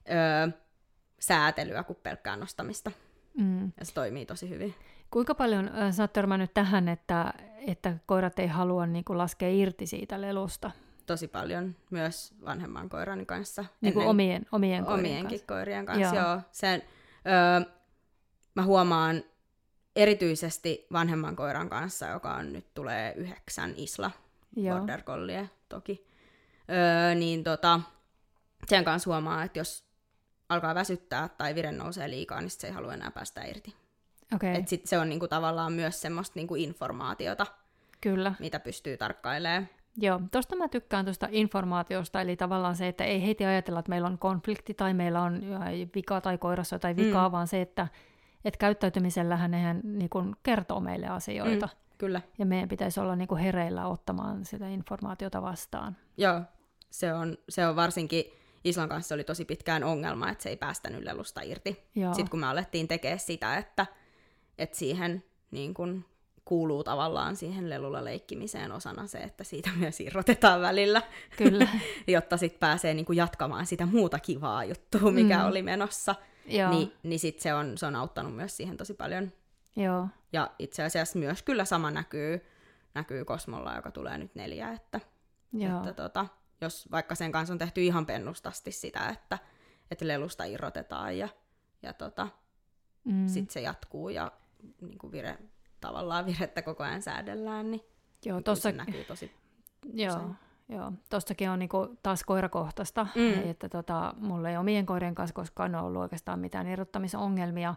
öö, säätelyä kuin pelkkää nostamista. Mm. Ja se toimii tosi hyvin. Kuinka paljon äh, sä oot törmännyt tähän, että, että koirat ei halua niin kuin laskea irti siitä lelusta? Tosi paljon myös vanhemman koirani kanssa. Niin kuin ennen, omien, omien koirien omienkin kanssa. koirien kanssa, Joo. joo. Sen, öö, mä huomaan erityisesti vanhemman koiran kanssa, joka on nyt tulee yhdeksän Isla, Joo. Border Collie toki, öö, niin tota, sen kanssa huomaa, että jos alkaa väsyttää tai vire nousee liikaa, niin sit se ei halua enää päästä irti. Okay. Et sit se on niinku tavallaan myös semmoista niinku informaatiota, Kyllä. mitä pystyy tarkkailemaan. Joo, tuosta mä tykkään tuosta informaatiosta, eli tavallaan se, että ei heti ajatella, että meillä on konflikti tai meillä on vika tai koirassa jotain vikaa, mm. vaan se, että, että käyttäytymisellähän nehän niin kuin kertoo meille asioita. Mm, kyllä. Ja meidän pitäisi olla niin kuin hereillä ottamaan sitä informaatiota vastaan. Joo, se on, se on varsinkin Islan kanssa oli tosi pitkään ongelma, että se ei päästänyt lelusta irti. Joo. Sitten kun me alettiin tekemään sitä, että, että siihen niin kun kuuluu tavallaan siihen lelulla leikkimiseen osana se, että siitä myös irrotetaan välillä, Kyllä. jotta sitten pääsee niin kun jatkamaan sitä muuta kivaa juttua, mikä mm. oli menossa. Joo. Ni, niin sitten se on, se on auttanut myös siihen tosi paljon. Joo. Ja itse asiassa myös kyllä sama näkyy, näkyy Kosmolla, joka tulee nyt neljä, että, Joo. että tota, jos vaikka sen kanssa on tehty ihan pennustasti sitä, että, että lelusta irrotetaan ja, ja tota, mm. sitten se jatkuu ja niin kuin vire, tavallaan virettä koko ajan säädellään, niin Joo, tossa, tossa... se näkyy tosi Joo. usein. Joo, tuostakin on niinku taas koirakohtaista, Mm. että tota, mulla ei omien koirien kanssa koskaan ole ollut oikeastaan mitään irrottamisongelmia.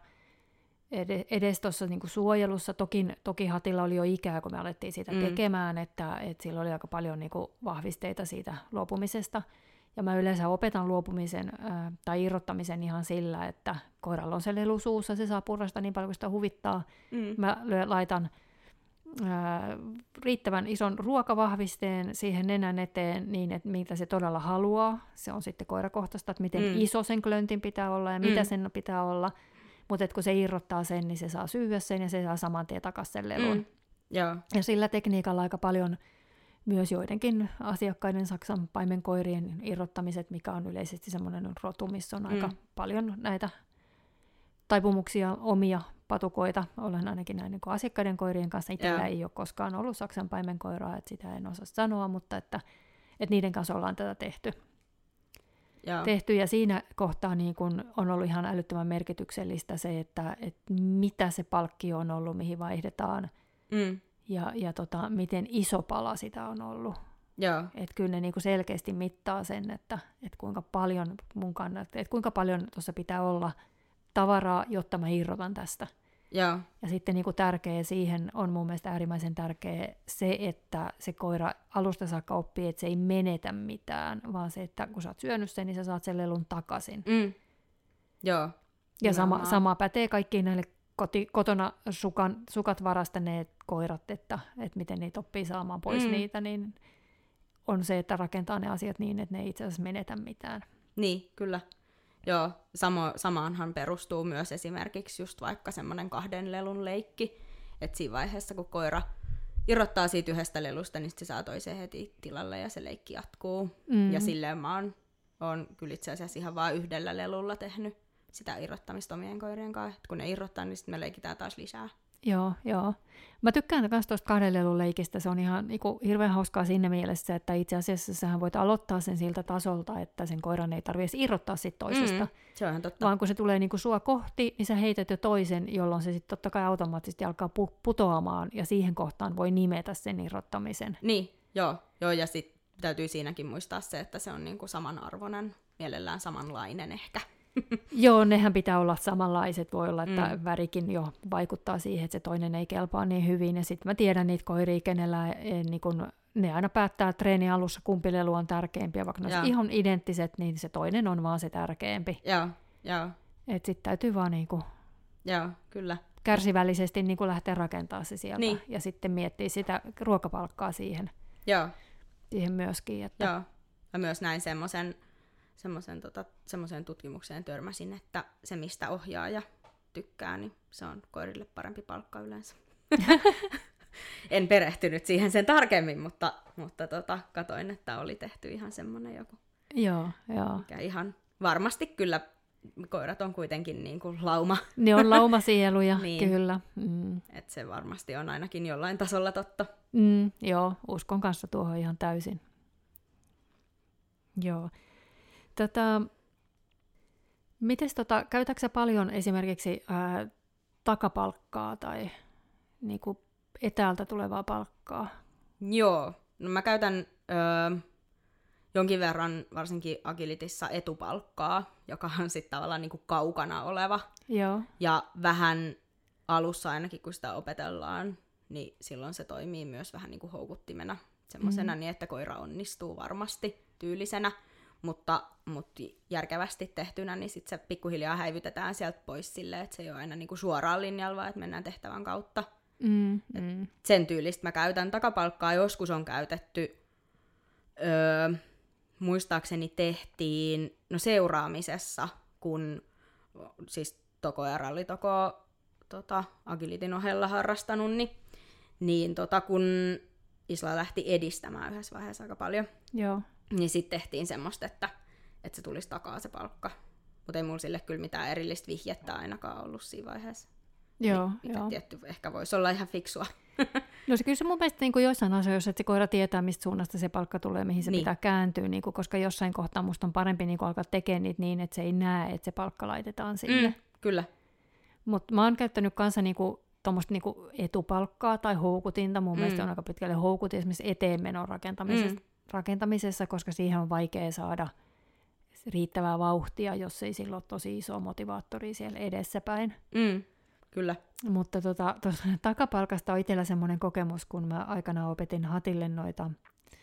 Ed- edes tuossa niinku suojelussa, toki, toki Hatilla oli jo ikää, kun me alettiin siitä Mm. tekemään, että et sillä oli aika paljon niinku vahvisteita siitä luopumisesta. Ja mä yleensä opetan luopumisen ää, tai irrottamisen ihan sillä, että koiralla on se lelu suussa, se saa purrasta niin paljon kuin sitä huvittaa. Mm. Mä lyö, laitan ää, riittävän ison ruokavahvisteen siihen nenän eteen niin, että mitä se todella haluaa. Se on sitten koirakohtaista, että miten Mm. iso sen klöntin pitää olla ja mitä Mm. sen pitää olla. Mutta kun se irrottaa sen, niin se saa syyä sen ja se saa saman tien takaisin sen lelun. Mm. Joo. Ja sillä tekniikalla aika paljon myös joidenkin asiakkaiden Saksan paimenkoirien irrottamiset, mikä on yleisesti semmoinen rotu, missä on aika Mm. paljon näitä taipumuksia, omia patukoita. Olen ainakin näin niin kuin asiakkaiden koirien kanssa. Itsellä Joo. ei ole koskaan ollut Saksan paimenkoiraa, että sitä en osaa sanoa, mutta että, että niiden kanssa ollaan tätä tehty. Joo. tehty. Ja siinä kohtaa niin kun on ollut ihan älyttömän merkityksellistä se, että, että mitä se palkkio on ollut, mihin vaihdetaan Mm. ja, ja tota, miten iso pala sitä on ollut. Joo. Että kyllä ne niin kuin selkeästi mittaa sen, että, että kuinka paljon mun kannalta, että kuinka paljon tuossa pitää olla tavaraa, jotta mä irrotan tästä. Joo. Ja sitten niin kuin tärkeä siihen on mun mielestä äärimmäisen tärkeä se, että se koira alusta saakka oppii, että se ei menetä mitään, vaan se, että kun sä oot syönyt sen, niin sä saat sen lelun takaisin. Mm. Joo. Ja sama, Nimenomaan. sama pätee kaikkiin näille koti, kotona sukan, sukat varastaneet koirat, että, että miten niitä oppii saamaan pois Mm. niitä, niin on se, että rakentaa ne asiat niin, että ne ei itse asiassa menetä mitään. Niin, kyllä. Joo, samo, samaanhan perustuu myös esimerkiksi just vaikka semmoinen kahden lelun leikki, että siinä vaiheessa, kun koira irrottaa siitä yhdestä lelusta, niin se saa toiseen heti tilalle ja se leikki jatkuu. Mm. Ja silleen mä oon, oon kyllä itse asiassa ihan vaan yhdellä lelulla tehnyt sitä irrottamista omien koirien kanssa. Et kun ne irrottaa, niin sitten me leikitään taas lisää. Joo, joo. Mä tykkään myös tuosta kahden lelun leikistä. Se on ihan niin kuin, hirveän hauskaa siinä mielessä, että itse asiassa sähän voit aloittaa sen siltä tasolta, että sen koiran ei tarvitse irrottaa sit toisesta. Mm, se on ihan totta. Vaan kun se tulee niin kuin sua kohti, niin sä heität jo toisen, jolloin se sitten totta kai automaattisesti alkaa pu- putoamaan, ja siihen kohtaan voi nimetä sen irrottamisen. Niin, joo. joo ja sitten täytyy siinäkin muistaa se, että se on niinku samanarvoinen, mielellään samanlainen ehkä. Joo, nehän pitää olla samanlaiset. Voi olla, että Mm. värikin jo vaikuttaa siihen, että se toinen ei kelpaa niin hyvin. Ja sitten mä tiedän niitä koiria, kenellä ei, niin kun, ne aina päättää treenin alussa, kumpi lelu on tärkeämpi. Ja vaikka ne olisi ihan identtiset, niin se toinen on vaan se tärkeämpi. Joo, joo, Että sitten täytyy vaan niin kuin joo, kyllä. kärsivällisesti niin kuin lähteä rakentamaan se sieltä. Niin. Ja sitten miettiä sitä ruokapalkkaa siihen, Joo, siihen myöskin. Että joo. Mä myös näin semmoisen semmoisen tota, semmoiseen tutkimukseen törmäsin, että se mistä ohjaaja tykkää, niin se on koirille parempi palkka yleensä. En perehtynyt siihen sen tarkemmin, mutta, mutta tota, katoin, että oli tehty ihan semmoinen joku, Joo, joo. mikä ihan, varmasti kyllä koirat on kuitenkin niin kuin lauma. Ne on laumasieluja, niin. kyllä. Mm. Että se varmasti on ainakin jollain tasolla totta. Mm, joo, uskon kanssa tuohon ihan täysin. Joo. Tota, mites tota, käytätkö sä paljon esimerkiksi ää, takapalkkaa tai niinku etäältä tulevaa palkkaa? Joo, no mä käytän öö, jonkin verran varsinkin Agilitissa etupalkkaa, joka on sitten tavallaan niinku kaukana oleva. Joo. Ja vähän alussa ainakin, kun sitä opetellaan, niin silloin se toimii myös vähän niinku houkuttimena semmoisena, mm-hmm. niin että koira onnistuu varmasti tyylisenä, mutta, mutta järkevästi tehtynä, niin sitten se pikkuhiljaa häivytetään sieltä pois silleen, että se ei ole aina niinku suoraan linjalla, vaan että mennään tehtävän kautta. Mm, mm. Sen tyylistä mä käytän takapalkkaa, joskus on käytetty, öö, muistaakseni tehtiin no seuraamisessa, kun siis Toko ja Rallitoko tota, Agilitin ohella harrastanut, niin, niin tota, kun Isla lähti edistämään yhdessä vaiheessa aika paljon, Joo. niin sitten tehtiin semmoista, että, että se tulisi takaa se palkka. Mutta ei mulla sille kyllä mitään erillistä vihjettä ainakaan ollut siinä vaiheessa. Joo, mikä joo. tietty ehkä voisi olla ihan fiksua. No se kyllä se mun mielestä niin kuin joissain asioissa, että se koira tietää, mistä suunnasta se palkka tulee, mihin se niin. pitää kääntyä, niin kuin, koska jossain kohtaa musta on parempi niin kuin alkaa tekemään niitä niin, että se ei näe, että se palkka laitetaan sinne. Mm, kyllä. Mutta mä oon käyttänyt kanssa niinku, tuommoista niinku etupalkkaa tai houkutinta. Mun mm. mielestä on aika pitkälle houkutin esimerkiksi eteenmenon rakentamisessa, mm. rakentamisessa, koska siihen on vaikea saada riittävää vauhtia, jos ei sillä ole tosi iso motivaattori siellä edessäpäin. Mm, kyllä. Mutta tota, tuossa takapalkasta on itsellä semmoinen kokemus, kun mä aikanaan opetin Hatille noita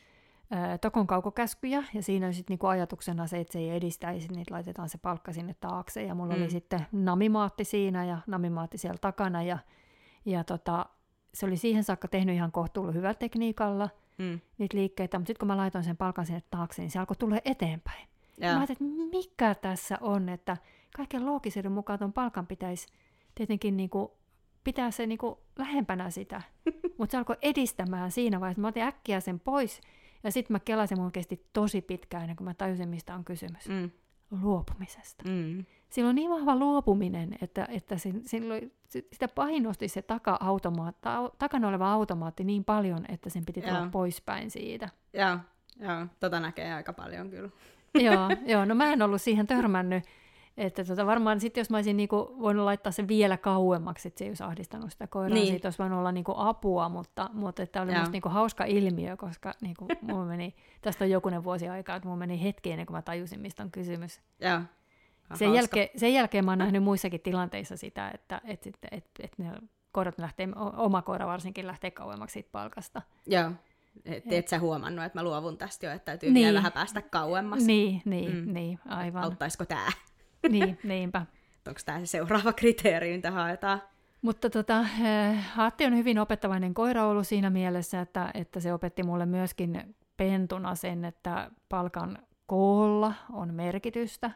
ää, Tokon kaukokäskyjä, ja siinä oli sitten niinku ajatuksena se, että se ei edistäisi, niin laitetaan se palkka sinne taakse, ja mulla mm. oli sitten namimaatti siinä, ja namimaatti siellä takana, ja, ja tota, se oli siihen saakka tehnyt ihan kohtuullisen hyvällä tekniikalla mm. niitä liikkeitä, mutta sitten kun mä laitoin sen palkan sinne taakse, niin se alkoi tulla eteenpäin. Ja. Mä ajattelin, että mikä tässä on, että kaiken loogisuuden mukaan tuon palkan pitäisi tietenkin niinku pitää se niinku lähempänä sitä, mutta se alkoi edistämään siinä vaiheessa. Mä otin äkkiä sen pois, ja sitten mä kelasin, mun kesti tosi pitkään ennen kuin mä tajusin, mistä on kysymys. Mm. Luopumisesta. Mm. Sillä on niin vahva luopuminen, että, että silloin, sitä painosti se taka-automaatti, takana oleva automaatti niin paljon, että sen piti tulla poispäin siitä. Joo, joo, tota näkee aika paljon kyllä. joo, joo, no mä en ollut siihen törmännyt. Että tota, varmaan sitten, jos mä olisin niinku voinut laittaa sen vielä kauemmaksi, että se ei olisi ahdistanut sitä koiraa, niin. Siitä olisi voinut olla niinku apua, mutta, mutta tämä oli musta niinku hauska ilmiö, koska niinku mulla meni, tästä on jokunen vuosi aikaa, että mulla meni hetki ennen kuin mä tajusin, mistä on kysymys. Joo. Sen, jälkeen, sen jälkeen mä oon nähnyt muissakin tilanteissa sitä, että et, et, et, et ne koirat lähtee, oma koira varsinkin lähtee kauemmaksi siitä palkasta. Joo. Et, et sä huomannut, että mä luovun tästä jo, että täytyy niin. vielä vähän päästä kauemmas. Niin, niin, mm. niin aivan. Auttaisiko tää? Niin, niinpä. Onko tämä se seuraava kriteeri, mitä haetaan? Mutta tota, Hatti on hyvin opettavainen koira ollut siinä mielessä, että, että se opetti mulle myöskin pentuna sen, että palkan koolla on merkitystä.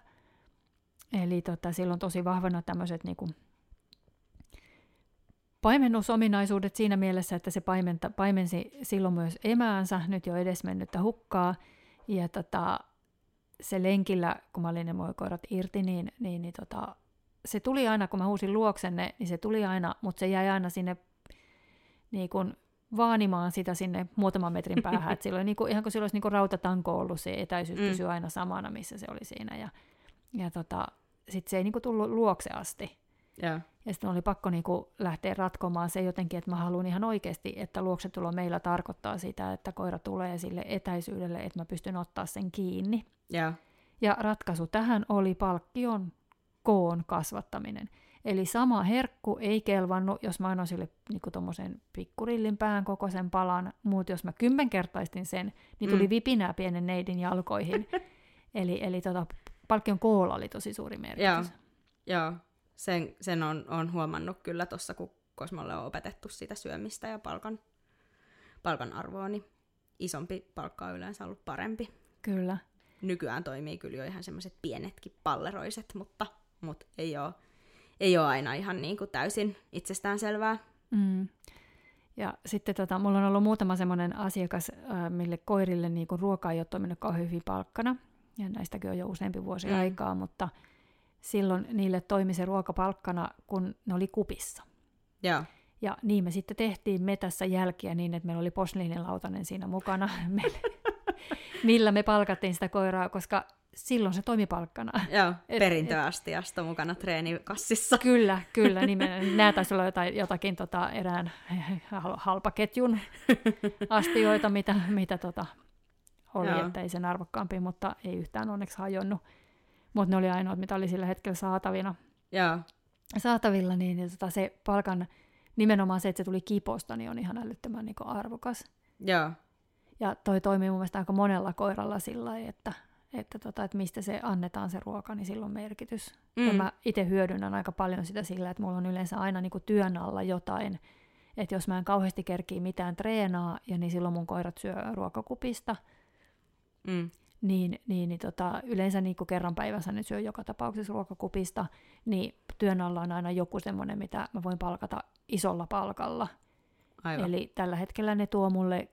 Eli tota, sillä on tosi vahvana tämmöiset niinku paimennusominaisuudet siinä mielessä, että se paimenta, paimensi silloin myös emäänsä, nyt jo edesmennyttä hukkaa. Ja tota, se lenkillä, kun mä olin ne koirat irti, niin, niin, niin tota, se tuli aina, kun mä huusin luoksenne, niin se tuli aina, mutta se jäi aina sinne niin kuin vaanimaan sitä sinne muutaman metrin päähän. Et silloin, niin kuin, ihan kuin sillä olisi niin kuin rautatanko ollut, se etäisyys mm. pysyi aina samana, missä se oli siinä. Ja, ja tota, sitten se ei niin kuin tullut luokse asti. Yeah. Ja sitten oli pakko niin kuin lähteä ratkomaan se jotenkin, että mä haluan ihan oikeasti, että luoksetulo meillä tarkoittaa sitä, että koira tulee sille etäisyydelle, että mä pystyn ottaa sen kiinni. Yeah. Ja ratkaisu tähän oli palkkion koon kasvattaminen. Eli sama herkku ei kelvannut, jos mä annoin sille niin tuommoisen pikkurillin pään kokoisen palan, mutta jos mä kymmenkertaistin sen, niin tuli mm. vipinää pienen neidin jalkoihin. eli eli tota, palkkion koolla oli tosi suuri merkitys. Joo, Joo. sen, sen on, on huomannut kyllä tuossa, kun Kosmolle on opetettu sitä syömistä ja palkan, palkan arvoa, niin isompi palkka on yleensä ollut parempi. Kyllä. Nykyään toimii kyllä jo ihan semmoiset pienetkin palleroiset, mutta, mutta ei, ole, ei ole aina ihan niin kuin täysin itsestäänselvää. Mm. Ja sitten tota, mulla on ollut muutama semmoinen asiakas, äh, mille koirille niin kuin ruoka ei ole toiminut kauhean hyvin palkkana. ja näistäkin on jo useampi vuosi Mm. aikaa, mutta silloin niille toimi se ruokapalkkana, kun ne oli kupissa. Joo. Ja niin me sitten tehtiin metässä jälkiä niin, että meillä oli posliinilautanen siinä mukana, millä me palkattiin sitä koiraa, koska silloin se toimi palkkana. Joo, Et- perintöastiasta mukana treenikassissa. Kyllä, kyllä. Nimen, nämä taisi olla jotain, jotakin tota, erään hal- halpaketjun astioita, mitä, mitä tota, oli, Joo. että ei sen arvokkaampia, mutta ei yhtään onneksi hajonnut. Mutta ne oli ainoat, mitä oli sillä hetkellä saatavina. Joo. saatavilla, niin, niin tota, se palkan, nimenomaan se, että se tuli kiposta, niin on ihan älyttömän niin kuin arvokas. Joo. Ja toi toimii mun mielestä aika monella koiralla sillä lailla, että, että, tota, että mistä se annetaan se ruoka, niin sillä on merkitys. Mm. Ja mä itse hyödynnän aika paljon sitä sillä, että mulla on yleensä aina niin kuin työn alla jotain, että jos mä en kauheasti kerkii mitään treenaa, ja niin silloin mun koirat syö ruokakupista, Mm. niin, niin, niin tota, yleensä niin kuin kerran päivässä ne syö joka tapauksessa ruokakupista, niin työn alla on aina joku semmoinen, mitä mä voin palkata isolla palkalla. Aivan. Eli tällä hetkellä ne tuo mulle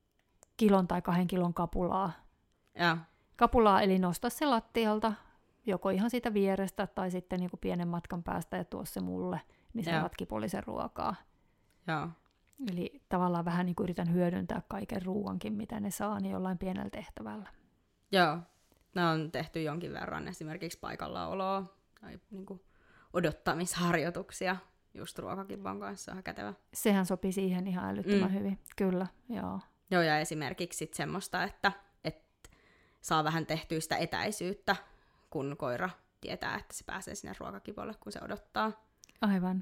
kilon tai kahden kilon kapulaa. Joo. Kapulaa, eli nosta se lattialta, joko ihan siitä vierestä tai sitten niin kuin pienen matkan päästä ja tuo se mulle, niin sä Joo. saat kipollisen ruokaa. Joo. Eli tavallaan vähän niin kuin yritän hyödyntää kaiken ruuankin, mitä ne saa, niin jollain pienellä tehtävällä. Joo. Ne on tehty jonkin verran esimerkiksi paikallaoloa tai niin kuin odottamisharjoituksia just ruokakipon kanssa, se on ihan kätevä. Sehän sopii siihen ihan älyttömän Mm. hyvin, kyllä, joo. Joo, ja esimerkiksi sit semmoista, että, että saa vähän tehtyä sitä etäisyyttä, kun koira tietää, että se pääsee sinne ruokakipolle, kun se odottaa. Aivan.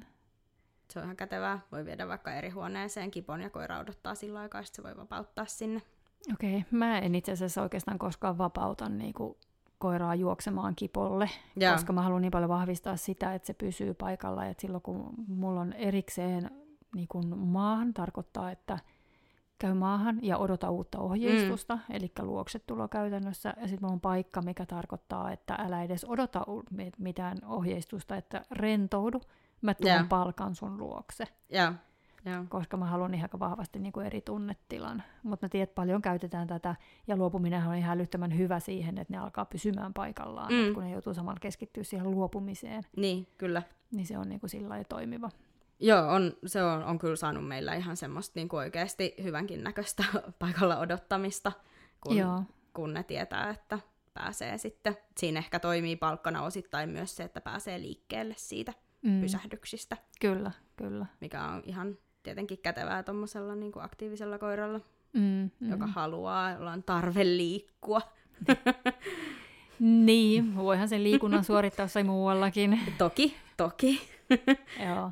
Se on ihan kätevää. Voi viedä vaikka eri huoneeseen kipon ja koira odottaa sillä aikaa, sitten se voi vapauttaa sinne. Okei, okay. Mä en itse asiassa oikeastaan koskaan vapauta niin kuin koiraa juoksemaan kipolle, Joo. koska mä haluan niin paljon vahvistaa sitä, että se pysyy paikalla. Et silloin kun mulla on erikseen niin kuin maahan, tarkoittaa, että käy maahan ja odota uutta ohjeistusta, mm. eli luoksetulo käytännössä. Ja sitten mulla on paikka, mikä tarkoittaa, että älä edes odota mitään ohjeistusta, että rentoudu. Mä tuon Joo. palkan sun luokse. Joo. Joo. Koska mä haluan ihan vahvasti niin kuin eri tunnetilan. Mutta mä tiedän, että paljon käytetään tätä, ja luopuminen on ihan älyttömän hyvä siihen, että ne alkaa pysymään paikallaan, Mm. että kun ne joutuu samalla keskittyä siihen luopumiseen, Niin, kyllä. niin se on niin kuin sillä lailla toimiva. Joo, on, se on, on kyllä saanut meillä ihan semmoista niin kuin oikeasti hyvänkin näköistä paikalla odottamista, kun, Joo. kun ne tietää, että pääsee sitten. Siinä ehkä toimii palkkana osittain myös se, että pääsee liikkeelle siitä Mm. pysähdyksistä, Kyllä, kyllä. mikä on ihan tietenkin kätevää tuommoisella niin kuin aktiivisella koiralla, Mm, mm. joka haluaa, jolla on tarve liikkua. Niin, voihan sen liikunnan suorittaa jossain muuallakin. Toki, toki. Joo.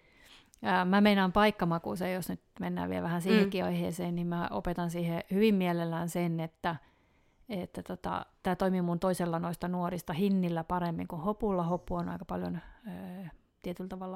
Ja mä meinaan paikkamakuuseen, jos nyt mennään vielä vähän siihenkin mm. aiheeseen, niin mä opetan siihen hyvin mielellään sen, että että tota, tämä toimii mun toisella noista nuorista hinnillä paremmin kuin hopulla. Hoppu on aika paljon ö, tietyllä tavalla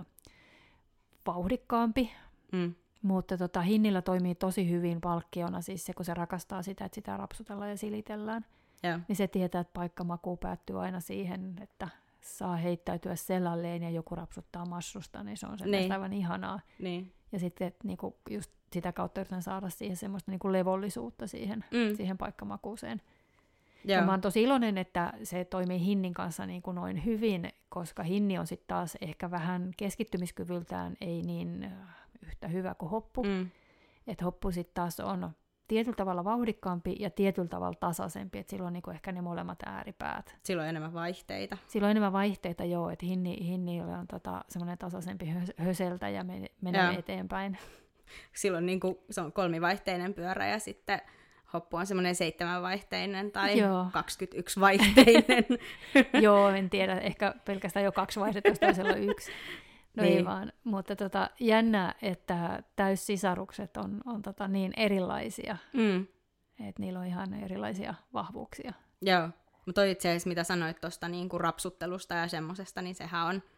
vauhdikkaampi, Mm. mutta tota, hinnillä toimii tosi hyvin palkkiona, siis se kun se rakastaa sitä, että sitä rapsutellaan ja silitellään, Joo. niin se tietää, että paikkamakuu päättyy aina siihen, että saa heittäytyä selälleen ja joku rapsuttaa massusta, niin se on sen Niin. aivan ihanaa. Niin. Ja sitten et, niinku, just sitä kautta yritän saada siihen semmoista niinku levollisuutta siihen, Mm. siihen paikkamakuuseen. Joo. Ja mä oon tosi iloinen, että se toimii hinnin kanssa niin kuin noin hyvin, koska hinni on sitten taas ehkä vähän keskittymiskyvyltään ei niin äh, yhtä hyvä kuin hoppu. Mm. Että hoppu sitten taas on tietyllä tavalla vauhdikkaampi ja tietyllä tavalla tasaisempi, että silloin on niin ehkä ne molemmat ääripäät. Silloin on enemmän vaihteita. Silloin on enemmän vaihteita, joo, että hinni, hinni on tota, semmoinen tasaisempi hös- höseltä ja me, menee Joo. eteenpäin. Silloin niin kuin, se on kolmivaihteinen pyörä ja sitten hoppu on semmoinen seitsemänvaihteinen tai Joo. kaksikymmentäyksi-vaihteinen. Joo, en tiedä, ehkä pelkästään jo kaksi vaihdetta, jos toisella on yksi. No Niin. ei vaan, mutta tota, jännä, että täyssisarukset on, on tota niin erilaisia, mm. että niillä on ihan erilaisia vahvuuksia. Joo, mutta itse asiassa mitä sanoit tuosta niin kuin rapsuttelusta ja semmosesta, niin sehän on,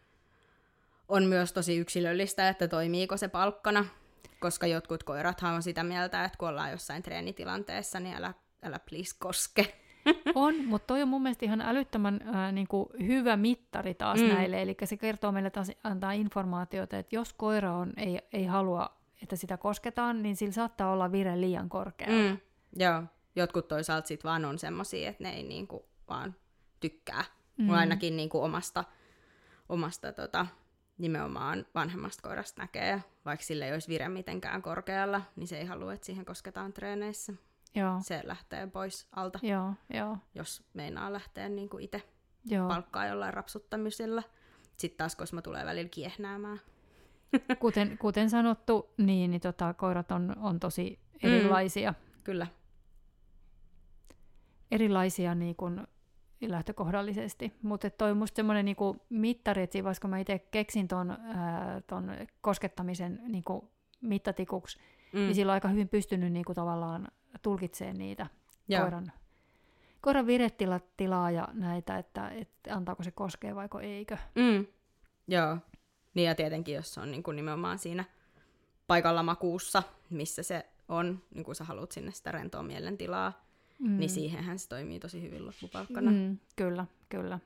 on myös tosi yksilöllistä, että toimiiko se palkkana, koska jotkut koirathan on sitä mieltä, että kun ollaan jossain treenitilanteessa, niin älä, älä please koske. On, mutta toi on mun mielestä ihan älyttömän ää, niin kuin hyvä mittari taas Mm. mm. näille, eli se kertoo meille taas, antaa informaatiota, että jos koira on, ei, ei halua, että sitä kosketaan, niin sillä saattaa olla vire liian korkealla. Mm. Joo, jotkut toisaalta sit vaan on semmosia, että ne ei niinku vaan tykkää. Mm. Mulla ainakin niin kuin omasta, omasta tota, nimenomaan vanhemmasta koirasta näkee, vaikka sillä ei olisi vire mitenkään korkealla, niin se ei halua, että siihen kosketaan treeneissä. Joo. Se lähtee pois alta, Joo, joo. jos meinaa lähteä niin kuin itse Joo. palkkaa jollain rapsuttamisella. Sitten taas Kosmo tulee välillä kiehnäämään. Kuten, kuten sanottu, niin, niin tota, koirat on, on tosi erilaisia. Mm, kyllä. Erilaisia niin kuin lähtökohdallisesti. Mutta toi on musta semmoinen niin kuin mittari, että siinä kun mä itse keksin ton, ää, ton koskettamisen niin kuin mittatikuksi, mm. niin sillä on aika hyvin pystynyt niin kuin tavallaan tulkitsemaan niitä Joo. koiran, koiran viretilaa ja näitä, että, että antaako se koskea vaiko eikö. Mm. Joo. Niin ja tietenkin, jos se on niin kuin nimenomaan siinä paikalla makuussa, missä se on, niin kuin sä haluat sinne sitä rentoa mielentilaa, mm. niin siihenhän se toimii tosi hyvin loppupalkkana. Mm, kyllä, kyllä.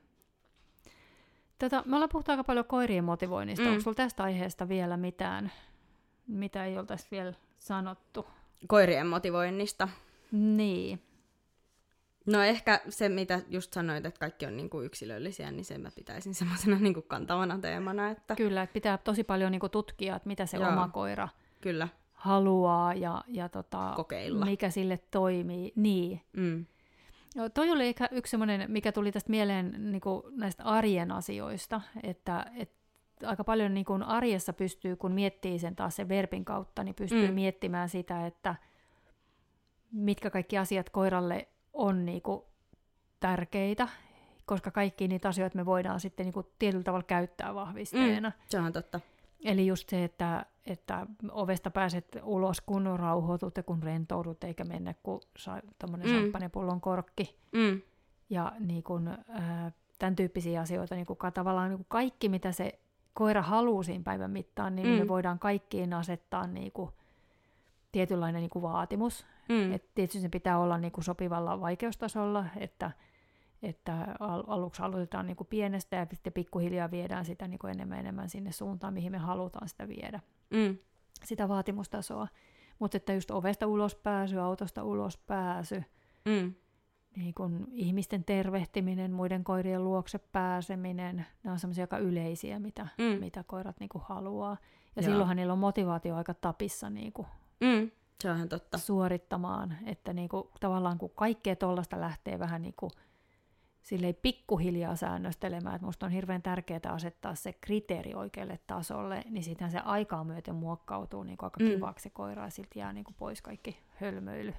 Tätä, me ollaan puhuttu aika paljon koirien motivoinnista. Mm. Onko sulla tästä aiheesta vielä mitään, mitä ei oltaisi vielä sanottu? Koirien motivoinnista? Niin. No ehkä se, mitä just sanoit, että kaikki on niinku yksilöllisiä, niin sen mä pitäisin semmoisena niinku kantavana teemana. Että... Kyllä, että pitää tosi paljon niinku tutkia, että mitä se Joo. oma koira Kyllä. haluaa ja, ja tota, kokeilla. Mikä sille toimii. Niin. Mm. No, toi oli ehkä yksi semmoinen, mikä tuli tästä mieleen niinku näistä arjen asioista, että et aika paljon niinku arjessa pystyy, kun miettii sen taas sen verbin kautta, niin pystyy mm. miettimään sitä, että mitkä kaikki asiat koiralle on niinku tärkeitä, koska kaikki niitä asioita me voidaan sitten niinku tietyllä tavalla käyttää vahvisteena. Mm, se on totta. Eli just se, että, että ovesta pääset ulos, kun rauhoitut ja kun rentoudut, eikä mennä, kun saa tuommoinen mm. samppanepullon korkki. Mm. Ja niin kun, ää, tämän tyyppisiä asioita, niin kun, tavallaan niin kun kaikki, mitä se koira haluaa siinä päivän mittaan, niin mm. me voidaan kaikkiin asettaa niin kun, tietynlainen niin kun vaatimus. Mm. Et tietysti se pitää olla niin kun sopivalla vaikeustasolla, että, että al- aluksi aloitetaan niin kun pienestä ja sitten pikkuhiljaa viedään sitä niin kun enemmän enemmän sinne suuntaan, mihin me halutaan sitä viedä, mm. sitä vaatimustasoa. Mutta että just ovesta ulos pääsy, autosta ulos pääsy, mm. niin kun ihmisten tervehtiminen, muiden koirien luokse pääseminen, ne on semmoisia aika yleisiä, mitä, mm. mitä koirat niin kun haluaa. Ja Joo. silloinhan niillä on motivaatio aika tapissa niin kun mm. Se on totta. suorittamaan, että niinku, tavallaan kun kaikkea tuollaista lähtee vähän niinku, silleen pikkuhiljaa säännöstelemään, että musta on hirveän tärkeää asettaa se kriteeri oikealle tasolle, niin sitten se aikaa myöten muokkautuu niinku aika mm. kivaksi se koira ja silti jää niinku pois kaikki hölmöily.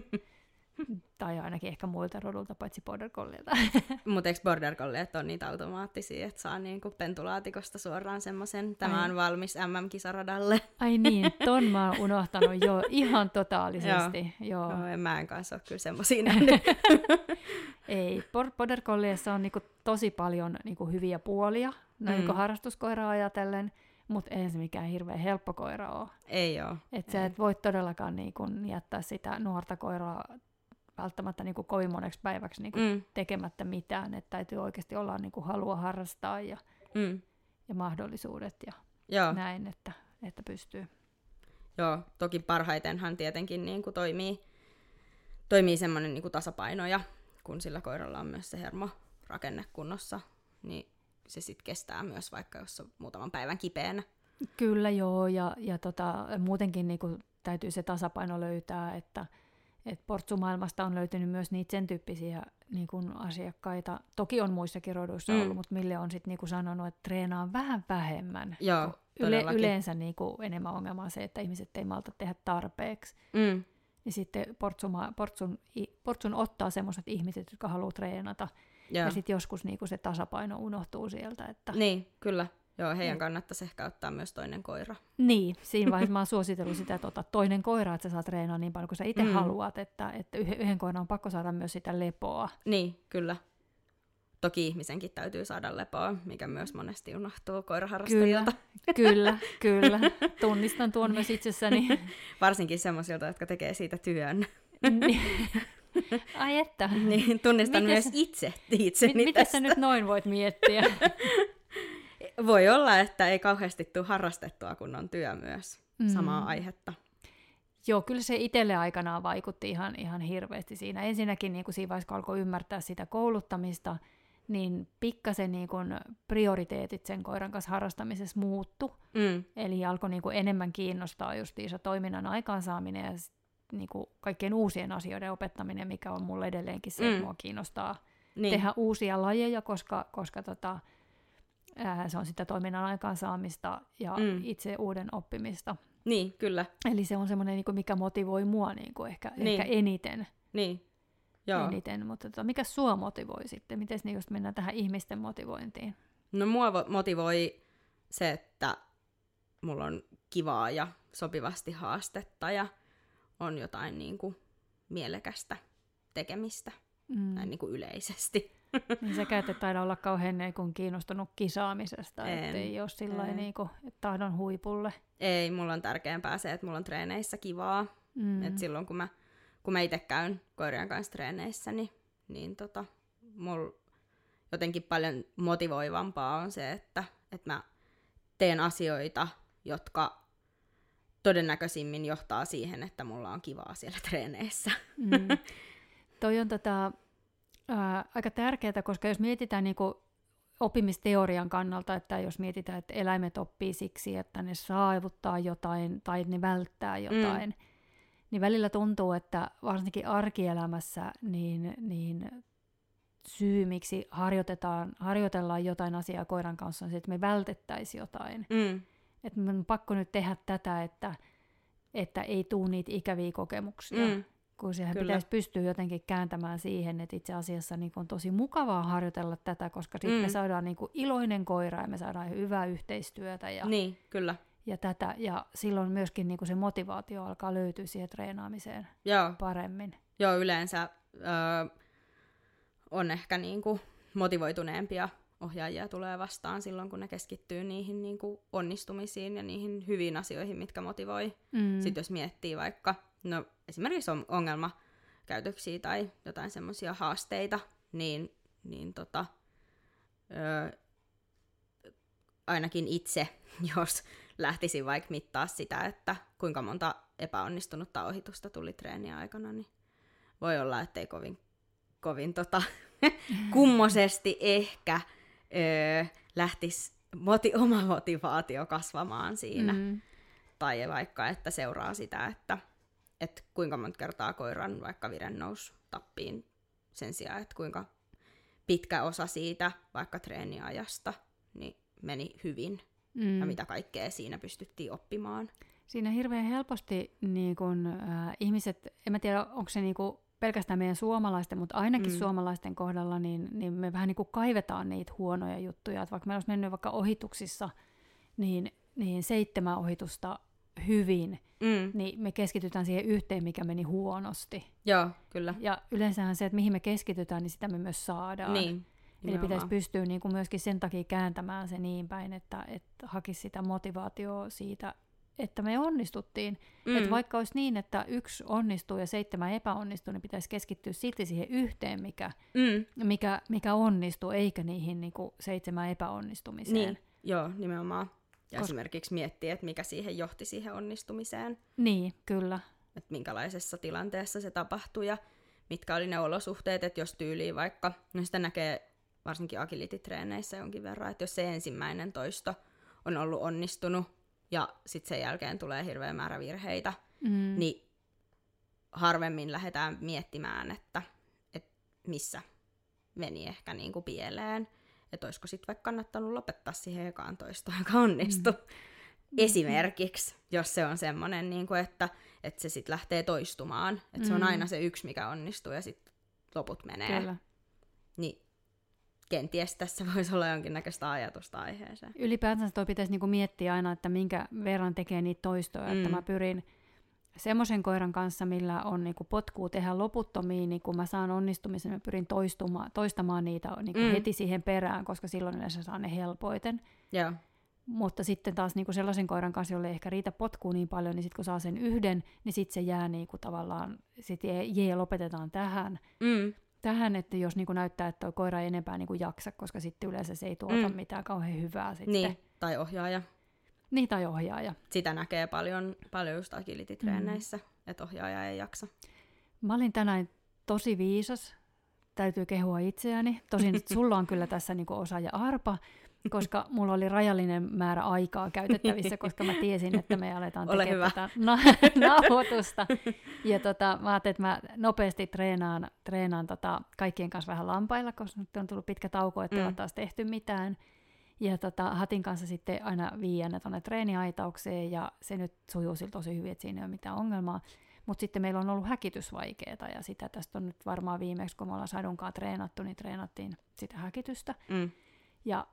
Tai ainakin ehkä muilta rodulta, paitsi border collilta. Mutta eikö border colliet on niitä automaattisia, että saa niinku pentulaatikosta suoraan semmoisen, tämä on valmis M M-kisaradalle. Ai niin, ton mä oon unohtanut jo ihan totaalisesti. Joo, joo. No, en mä en kanssa ole kyllä semmoisia nähnyt. Ei, border colliessa on niinku tosi paljon niinku hyviä puolia, mm. niinku harrastuskoiraa ajatellen, mutta ei se mikään hirveän helppo koira ole. Ei ole. Että sä et voi todellakaan niinku jättää sitä nuorta koiraa välttämättä niin kuin kovin moneksi päiväksi niin kuin mm. tekemättä mitään, että täytyy oikeasti olla niin kuin halua harrastaa ja, mm. ja mahdollisuudet ja Joo. näin, että, että pystyy. Joo, toki parhaitenhan tietenkin niin kuin toimii, toimii semmoinen niin kuin tasapaino, ja kun sillä koiralla on myös se hermorakenne kunnossa, niin se sitten kestää myös, vaikka jos on muutaman päivän kipeänä. Kyllä joo, ja, ja tota, muutenkin niin kuin täytyy se tasapaino löytää, että Et portsumaailmasta on löytynyt myös niitä sen tyyppisiä niin kuin asiakkaita. Toki on muissakin roduissa mm. ollut, mutta mille on sitten niin sanonut, että treenaa vähän vähemmän. Joo, Yle, yleensä niin kuin enemmän ongelma on se, että ihmiset ei malta tehdä tarpeeksi. Mm. Ja sitten portsuma, portsun, portsun ottaa sellaiset ihmiset, jotka haluaa treenata. Joo. Ja sitten joskus niin kuin se tasapaino unohtuu sieltä. Että... Niin, kyllä. Joo, heidän kannattaisi ehkä ottaa myös toinen koira. Niin, siinä vaiheessa mä oon suositellut sitä, että ota toinen koira, että sä saat treenaa niin paljon kuin sä itse mm. haluat, että, että yhden koiran on pakko saada myös sitä lepoa. Niin, kyllä. Toki ihmisenkin täytyy saada lepoa, mikä myös monesti unohtuu koiraharrastajilta. Kyllä, kyllä, kyllä. Tunnistan tuon myös itsessäni. Varsinkin semmoisilta, jotka tekee siitä työn. Ai että. Niin, tunnistan mites, myös itse itseni mit, Miten sä nyt noin voit miettiä? Voi olla, että ei kauheasti tule harrastettua, kun on työ myös, mm. samaa aihetta. Joo, kyllä se itselle aikanaan vaikutti ihan, ihan hirveästi siinä. Ensinnäkin niin kuin siinä vaiheessa, kun alkoi ymmärtää sitä kouluttamista, niin pikkasen niin kuin prioriteetit sen koiran kanssa harrastamisessa muuttu. Mm. Eli alkoi niin kuin enemmän kiinnostaa justiinsa toiminnan aikaansaaminen ja niin kuin kaikkien uusien asioiden opettaminen, mikä on mulle edelleenkin se, mm. että mua kiinnostaa niin. tehdä uusia lajeja, koska, koska tota, ää, se on sitä toiminnan aikaansaamista ja mm. itse uuden oppimista. Niin, kyllä. Eli se on semmoinen, mikä motivoi mua niin kuin ehkä, niin. ehkä eniten. Niin, joo. eniten. Mutta tota, mikä sua motivoi sitten? Miten niin just mennään tähän ihmisten motivointiin? No mua motivoi se, että mulla on kivaa ja sopivasti haastetta ja on jotain niin kuin mielekästä tekemistä, mm. näin niin kuin yleisesti. Niin sekä, että taida olla kauhean niin kuin kiinnostunut kisaamisesta, en, ettei ole sillain niin kuin, että tahdon huipulle. Ei, mulla on tärkeämpää se, että mulla on treeneissä kivaa. Mm. Et silloin kun mä, kun mä itse käyn koirien kanssa treeneissä, niin, niin tota, mulla jotenkin paljon motivoivampaa on se, että, että mä teen asioita, jotka todennäköisimmin johtaa siihen, että mulla on kivaa siellä treeneissä. Mm. Toi on tota, ää, aika tärkeää, koska jos mietitään niinku oppimisteorian kannalta, että jos mietitään, että eläimet oppii siksi, että ne saavuttaa jotain tai ne välttää jotain, mm. niin välillä tuntuu, että varsinkin arkielämässä niin, niin syy, miksi harjoitetaan, harjoitellaan jotain asiaa koiran kanssa, on se, että me vältettäisiin jotain. Mm. Että minun on pakko nyt tehdä tätä, että, että ei tule niitä ikäviä kokemuksia. Mm. Kun sehän Kyllä. pitäisi pystyä jotenkin kääntämään siihen, että itse asiassa niin on tosi mukavaa harjoitella tätä, koska sitten mm. me saadaan niin kuin iloinen koira ja me saadaan hyvää yhteistyötä ja, niin, kyllä. ja tätä. Ja silloin myöskin niin kuin se motivaatio alkaa löytyä siihen treenaamiseen Joo. paremmin. Joo, yleensä öö, on ehkä niin kuin motivoituneempia ohjaajia tulee vastaan silloin, kun ne keskittyy niihin niin kuin onnistumisiin ja niihin hyviin asioihin, mitkä motivoi. Mm. Sitten jos miettii vaikka no, esimerkiksi ongelmakäytöksiä tai jotain semmoisia haasteita, niin, niin tota, ö, ainakin itse, jos lähtisin vaikka mittaa sitä, että kuinka monta epäonnistunutta ohitusta tuli treeniä aikana, niin voi olla, ettei kovin, kovin tota, kummosesti ehkä ö, lähtisi moti- oma motivaatio kasvamaan siinä. Mm. Tai vaikka, että seuraa sitä, että että kuinka monta kertaa koiran vaikka viren nousi tappiin sen sijaan, että kuinka pitkä osa siitä vaikka treeniajasta niin meni hyvin mm. ja mitä kaikkea siinä pystyttiin oppimaan. Siinä hirveän helposti niin kun, äh, ihmiset, en mä tiedä onko se niin kun pelkästään meidän suomalaisten, mutta ainakin mm. suomalaisten kohdalla, niin, niin me vähän niin kuin kaivetaan niitä huonoja juttuja. Että vaikka meillä olisi mennyt vaikka ohituksissa, niin, niin seitsemän ohitusta hyvin, mm. niin me keskitytään siihen yhteen, mikä meni huonosti. Joo, kyllä. Ja yleensähän se, että mihin me keskitytään, niin sitä me myös saadaan. Niin, eli pitäisi pystyä niin kuin myöskin sen takia kääntämään se niin päin, että, että hakisi sitä motivaatiota siitä, että me onnistuttiin. Mm. Että vaikka olisi niin, että yksi onnistuu ja seitsemän epäonnistuu, niin pitäisi keskittyä silti siihen yhteen, mikä, mm. mikä, mikä onnistuu, eikä niihin niin kuin seitsemän epäonnistumiseen. Niin, joo, nimenomaan. Ja Kos- esimerkiksi miettiä, että mikä siihen johti siihen onnistumiseen. Niin, kyllä. Että minkälaisessa tilanteessa se tapahtui ja mitkä oli ne olosuhteet, että jos tyyliin vaikka, no sitä näkee varsinkin agility-treeneissä jonkin verran, että jos se ensimmäinen toisto on ollut onnistunut ja sitten sen jälkeen tulee hirveä määrä virheitä, mm. niin harvemmin lähdetään miettimään, että, että missä meni ehkä niin kuin pieleen. Että olisiko sitten vaikka kannattanut lopettaa siihen ekaan toistoon, joka onnistui. Mm. Esimerkiksi, jos se on semmoinen, niin kuin, että, että se sitten lähtee toistumaan. Että mm. se on aina se yksi, mikä onnistuu ja sitten loput menee. Kyllä. Niin kenties tässä voisi olla jonkinnäköistä ajatusta aiheeseen. Ylipäätään toi pitäisi niinku miettiä aina, että minkä verran tekee niitä toistoja. Mm. Että mä pyrin semmoisen koiran kanssa, millä on niinku potkuu tehdä loputtomiin, niin kun mä saan onnistumisen, mä pyrin toistumaan, toistamaan niitä niinku mm. heti siihen perään, koska silloin yleensä saa ne helpoiten. Joo. Mutta sitten taas niinku sellaisen koiran kanssa, jolle ei ehkä riitä potkuu niin paljon, niin sitten kun saa sen yhden, niin sitten se jää niinku tavallaan, sitten jee, lopetetaan tähän. Mm. Tähän, että jos niinku näyttää, että tuo koira ei enempää niinku jaksa, koska sitten yleensä se ei tuota mm. mitään kauhean hyvää sitten. Niin, tai ohjaaja. Niin, tai ohjaaja. Sitä näkee paljon, paljon just agility-treeneissä. Mm. että ohjaaja ei jaksa. Mä olin tänään tosi viisas, täytyy kehua itseäni. Tosin sulla on kyllä tässä niin kuin osaaja arpa, koska mulla oli rajallinen määrä aikaa käytettävissä, koska mä tiesin, että me aletaan tekemään tätä na- nauhoitusta. Ja tota, mä ajattelin, että mä nopeasti treenaan, treenaan tota kaikkien kanssa vähän lampailla, koska nyt on tullut pitkä tauko, että ei mm. ole taas tehty mitään. Ja tota, Hatin kanssa sitten aina viiän ne tuonne treeniaitaukseen, ja se nyt sujuu sillä tosi hyvin, että siinä ei ole mitään ongelmaa. Mutta sitten meillä on ollut häkitysvaikeaa, ja sitä tästä on nyt varmaan viimeksi, kun me ollaan Sadunkaan treenattu, niin treenattiin sitä häkitystä. Mm. Ja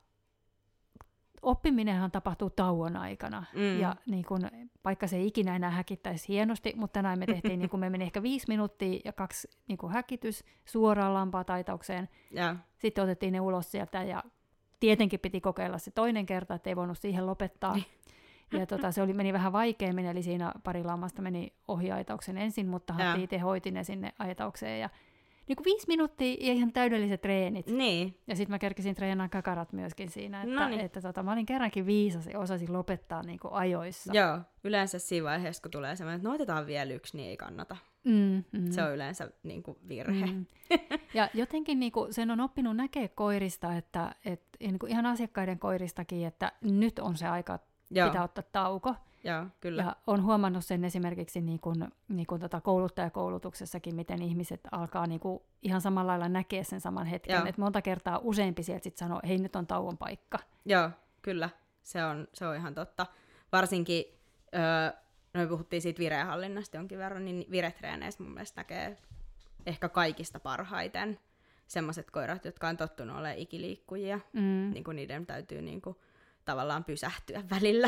oppiminenhan tapahtuu tauon aikana, mm. ja niin kun, vaikka se ei ikinä enää häkittäisi hienosti, mutta tänään me tehtiin, niin kun me meni ehkä viisi minuuttia ja kaksi niin kun häkitys suoraan lampaataitaukseen. Yeah. Sitten otettiin ne ulos sieltä, ja tietenkin piti kokeilla se toinen kerta, että ei voinut siihen lopettaa. Ja tota, se oli, meni vähän vaikeammin, eli siinä pari lammasta meni ohi aitauksen ensin, mutta Hatti itse hoiti ne sinne aitaukseen. Ja niin kuin viisi minuuttia ja ihan täydelliset treenit. Niin. Ja sitten mä kerkesin treenaamaan kakarat myöskin siinä, että, että, että tota, mä olin kerrankin viisas ja osasin lopettaa niin kuin ajoissa. Joo, yleensä siinä vaiheessa, kun tulee semmoinen, että no otetaan vielä yksi, niin ei kannata. Mm, mm. Se on yleensä niin kuin virhe. Mm. Ja jotenkin niin kuin sen on oppinut näkee koirista, että, että niin kuin ihan asiakkaiden koiristakin, että nyt on se aika, Joo. pitää ottaa tauko. Joo, kyllä. Ja olen huomannut sen esimerkiksi niin kuin, niin kuin tota kouluttajakoulutuksessakin, miten ihmiset alkaa niin kuin ihan samalla lailla näkeä sen saman hetken. Että monta kertaa useampi sieltä sitten sanoo, hei nyt on tauon paikka. Joo, kyllä. Se on, se on ihan totta. Varsinkin, öö, no me puhuttiin siitä vireenhallinnasta jonkin verran, niin viretreeneissä mun mielestä näkee ehkä kaikista parhaiten sellaiset koirat, jotka on tottunut olemaan ikiliikkujia. Mm. Niin kuin niiden täytyy niin kuin tavallaan pysähtyä välillä.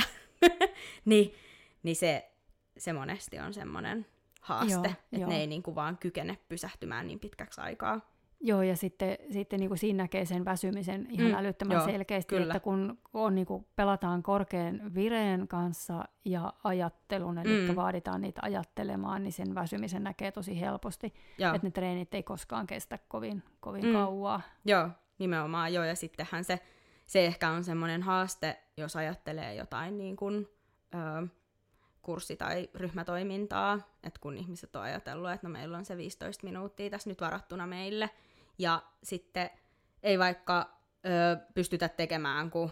niin, niin se, se monesti on semmoinen haaste, joo, että jo. ne ei niinku vaan kykene pysähtymään niin pitkäksi aikaa. Joo, ja sitten, sitten niinku siinä näkee sen väsymisen ihan mm, älyttömän joo, selkeästi, kyllä. että kun on, niinku, pelataan korkean vireen kanssa ja ajattelun, eli mm. vaaditaan niitä ajattelemaan, niin sen väsymisen näkee tosi helposti, joo. että ne treenit ei koskaan kestä kovin, kovin mm. kauaa. Joo, nimenomaan joo, ja sittenhän se Se ehkä on semmoinen haaste, jos ajattelee jotain niin kuin, ö, kurssi- tai ryhmätoimintaa, että kun ihmiset on ajatellut, että no meillä on se viisitoista minuuttia tässä nyt varattuna meille, ja sitten ei vaikka ö, pystytä tekemään kuin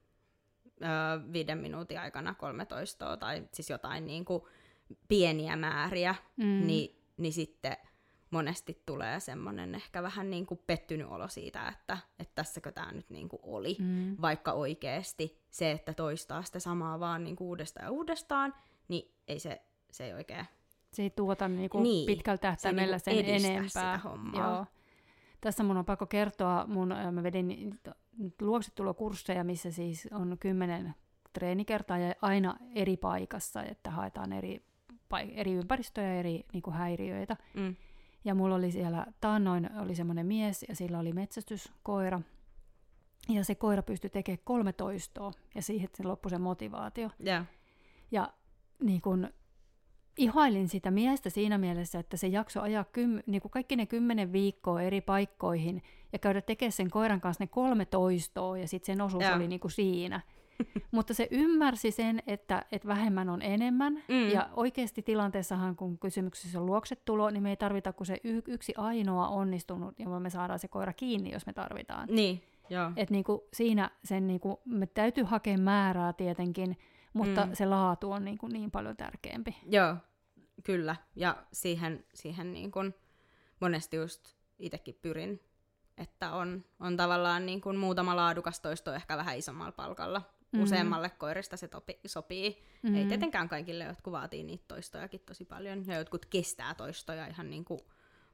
ö, viiden minuutin aikana kolmetoista tai siis jotain niin kuin pieniä määriä, mm. niin, niin sitten monesti tulee semmoinen ehkä vähän niin kuin pettynyt olo siitä, että, että tässäkö tämä nyt niin kuin oli, mm. vaikka oikeasti se, että toistaa sitä samaa vaan niin kuin uudestaan ja uudestaan, niin ei se, se ei oikein... Se ei tuota niin kuin niin, pitkällä tähtäimellä sen niin enempää. Sitä hommaa. Joo. Tässä mun on pakko kertoa, mun, mä vedin luoksetulokursseja, missä siis on kymmenen treenikertaa ja aina eri paikassa, että haetaan eri, eri ympäristöjä ja eri niin kuin häiriöitä. Mm. Ja mulla oli siellä taannoin oli semmoinen mies ja sillä oli metsästyskoira. Ja se koira pystyi tekemään kolme toistoa ja siihen se loppui se motivaatio. Yeah. Ja niin kun, ihailin sitä miestä siinä mielessä, että se jaksoi ajaa kym, niin kuin kaikki ne kymmenen viikkoa eri paikkoihin ja käydä tekemään sen koiran kanssa ne kolme toistoa ja sitten sen osuus yeah. oli niin kuin siinä. Mutta se ymmärsi sen, että, että vähemmän on enemmän, mm. ja oikeasti tilanteessahan, kun kysymyksessä on luoksetulo, niin me ei tarvita kuin se y- yksi ainoa onnistunut, ja me saadaan se koira kiinni, jos me tarvitaan. Niin, joo. Et niinku siinä sen niinku, me täytyy hakea määrää tietenkin, mutta mm. se laatu on niinku niin paljon tärkeämpi. Joo, kyllä, ja siihen, siihen niin kun monesti just itsekin pyrin, että on, on tavallaan niin kun muutama laadukas toisto ehkä vähän isommalla palkalla. Mm-hmm. Useammalle koirista se topi, sopii. Mm-hmm. Ei tietenkään kaikille, jotkut vaatii niitä toistojakin tosi paljon. Ja jotkut kestää toistoja ihan niin kuin,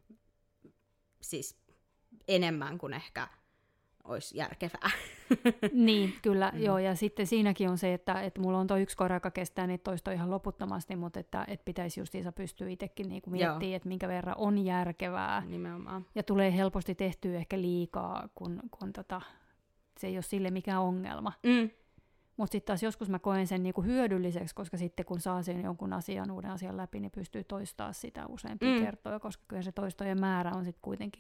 siis enemmän kuin ehkä olisi järkevää. Niin, kyllä. Mm. Joo, ja sitten siinäkin on se, että, että mulla on tuo yksi koira, joka kestää niitä toistoja ihan loputtomasti, mutta että, että pitäisi justiinsa pystyä itsekin niin kuin miettimään, että minkä verran on järkevää. Nimenomaan. Ja tulee helposti tehtyä ehkä liikaa, kun, kun tota, se ei ole sille mikään ongelma. Mm. Mutta sitten taas joskus mä koen sen niinku hyödylliseksi, koska sitten kun saa sen jonkun asian, uuden asian läpi, niin pystyy toistamaan sitä useampia mm. kertoja, koska kyllä se toistojen määrä on sitten kuitenkin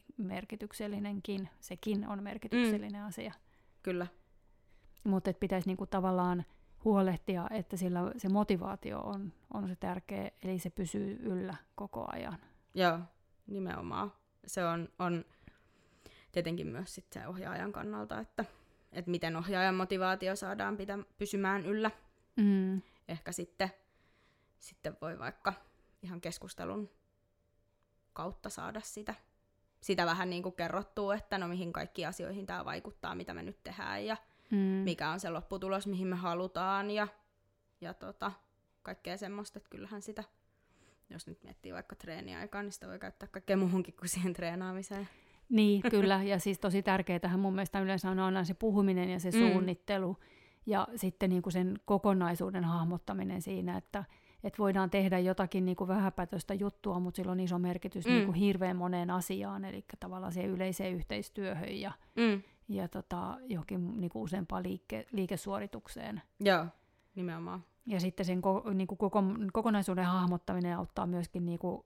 merkityksellinenkin. Sekin on merkityksellinen mm. asia. Kyllä. Mutta pitäisi niinku tavallaan huolehtia, että sillä se motivaatio on, on se tärkeä, eli se pysyy yllä koko ajan. Joo, nimenomaan. Se on, on tietenkin myös sit se ohjaajan kannalta, että, että miten ohjaajan motivaatio saadaan pitä, pysymään yllä. Mm. Ehkä sitten, sitten voi vaikka ihan keskustelun kautta saada sitä, sitä vähän niin kuin kerrottua, että no mihin kaikkiin asioihin tämä vaikuttaa, mitä me nyt tehdään ja mm. mikä on se lopputulos, mihin me halutaan ja, ja tota, kaikkea semmoista, että kyllähän sitä, jos nyt miettii vaikka treeniaikaa, niin sitä voi käyttää kaikkea muuhunkin kuin siihen treenaamiseen. Niin, kyllä, ja siis tosi tärkeätähän mun mielestä yleensä on aina se puhuminen ja se suunnittelu, mm. ja sitten niin kuin sen kokonaisuuden hahmottaminen siinä, että, että voidaan tehdä jotakin niin kuin vähäpätöistä juttua, mutta sillä on iso merkitys mm. niin kuin hirveän moneen asiaan, eli tavallaan siihen yleiseen yhteistyöhön ja, mm. ja tota, johonkin niin kuin useampaan liike, liikesuoritukseen. Joo, nimenomaan. Ja sitten sen niin kuin koko, kokonaisuuden hahmottaminen auttaa myöskin niin kuin,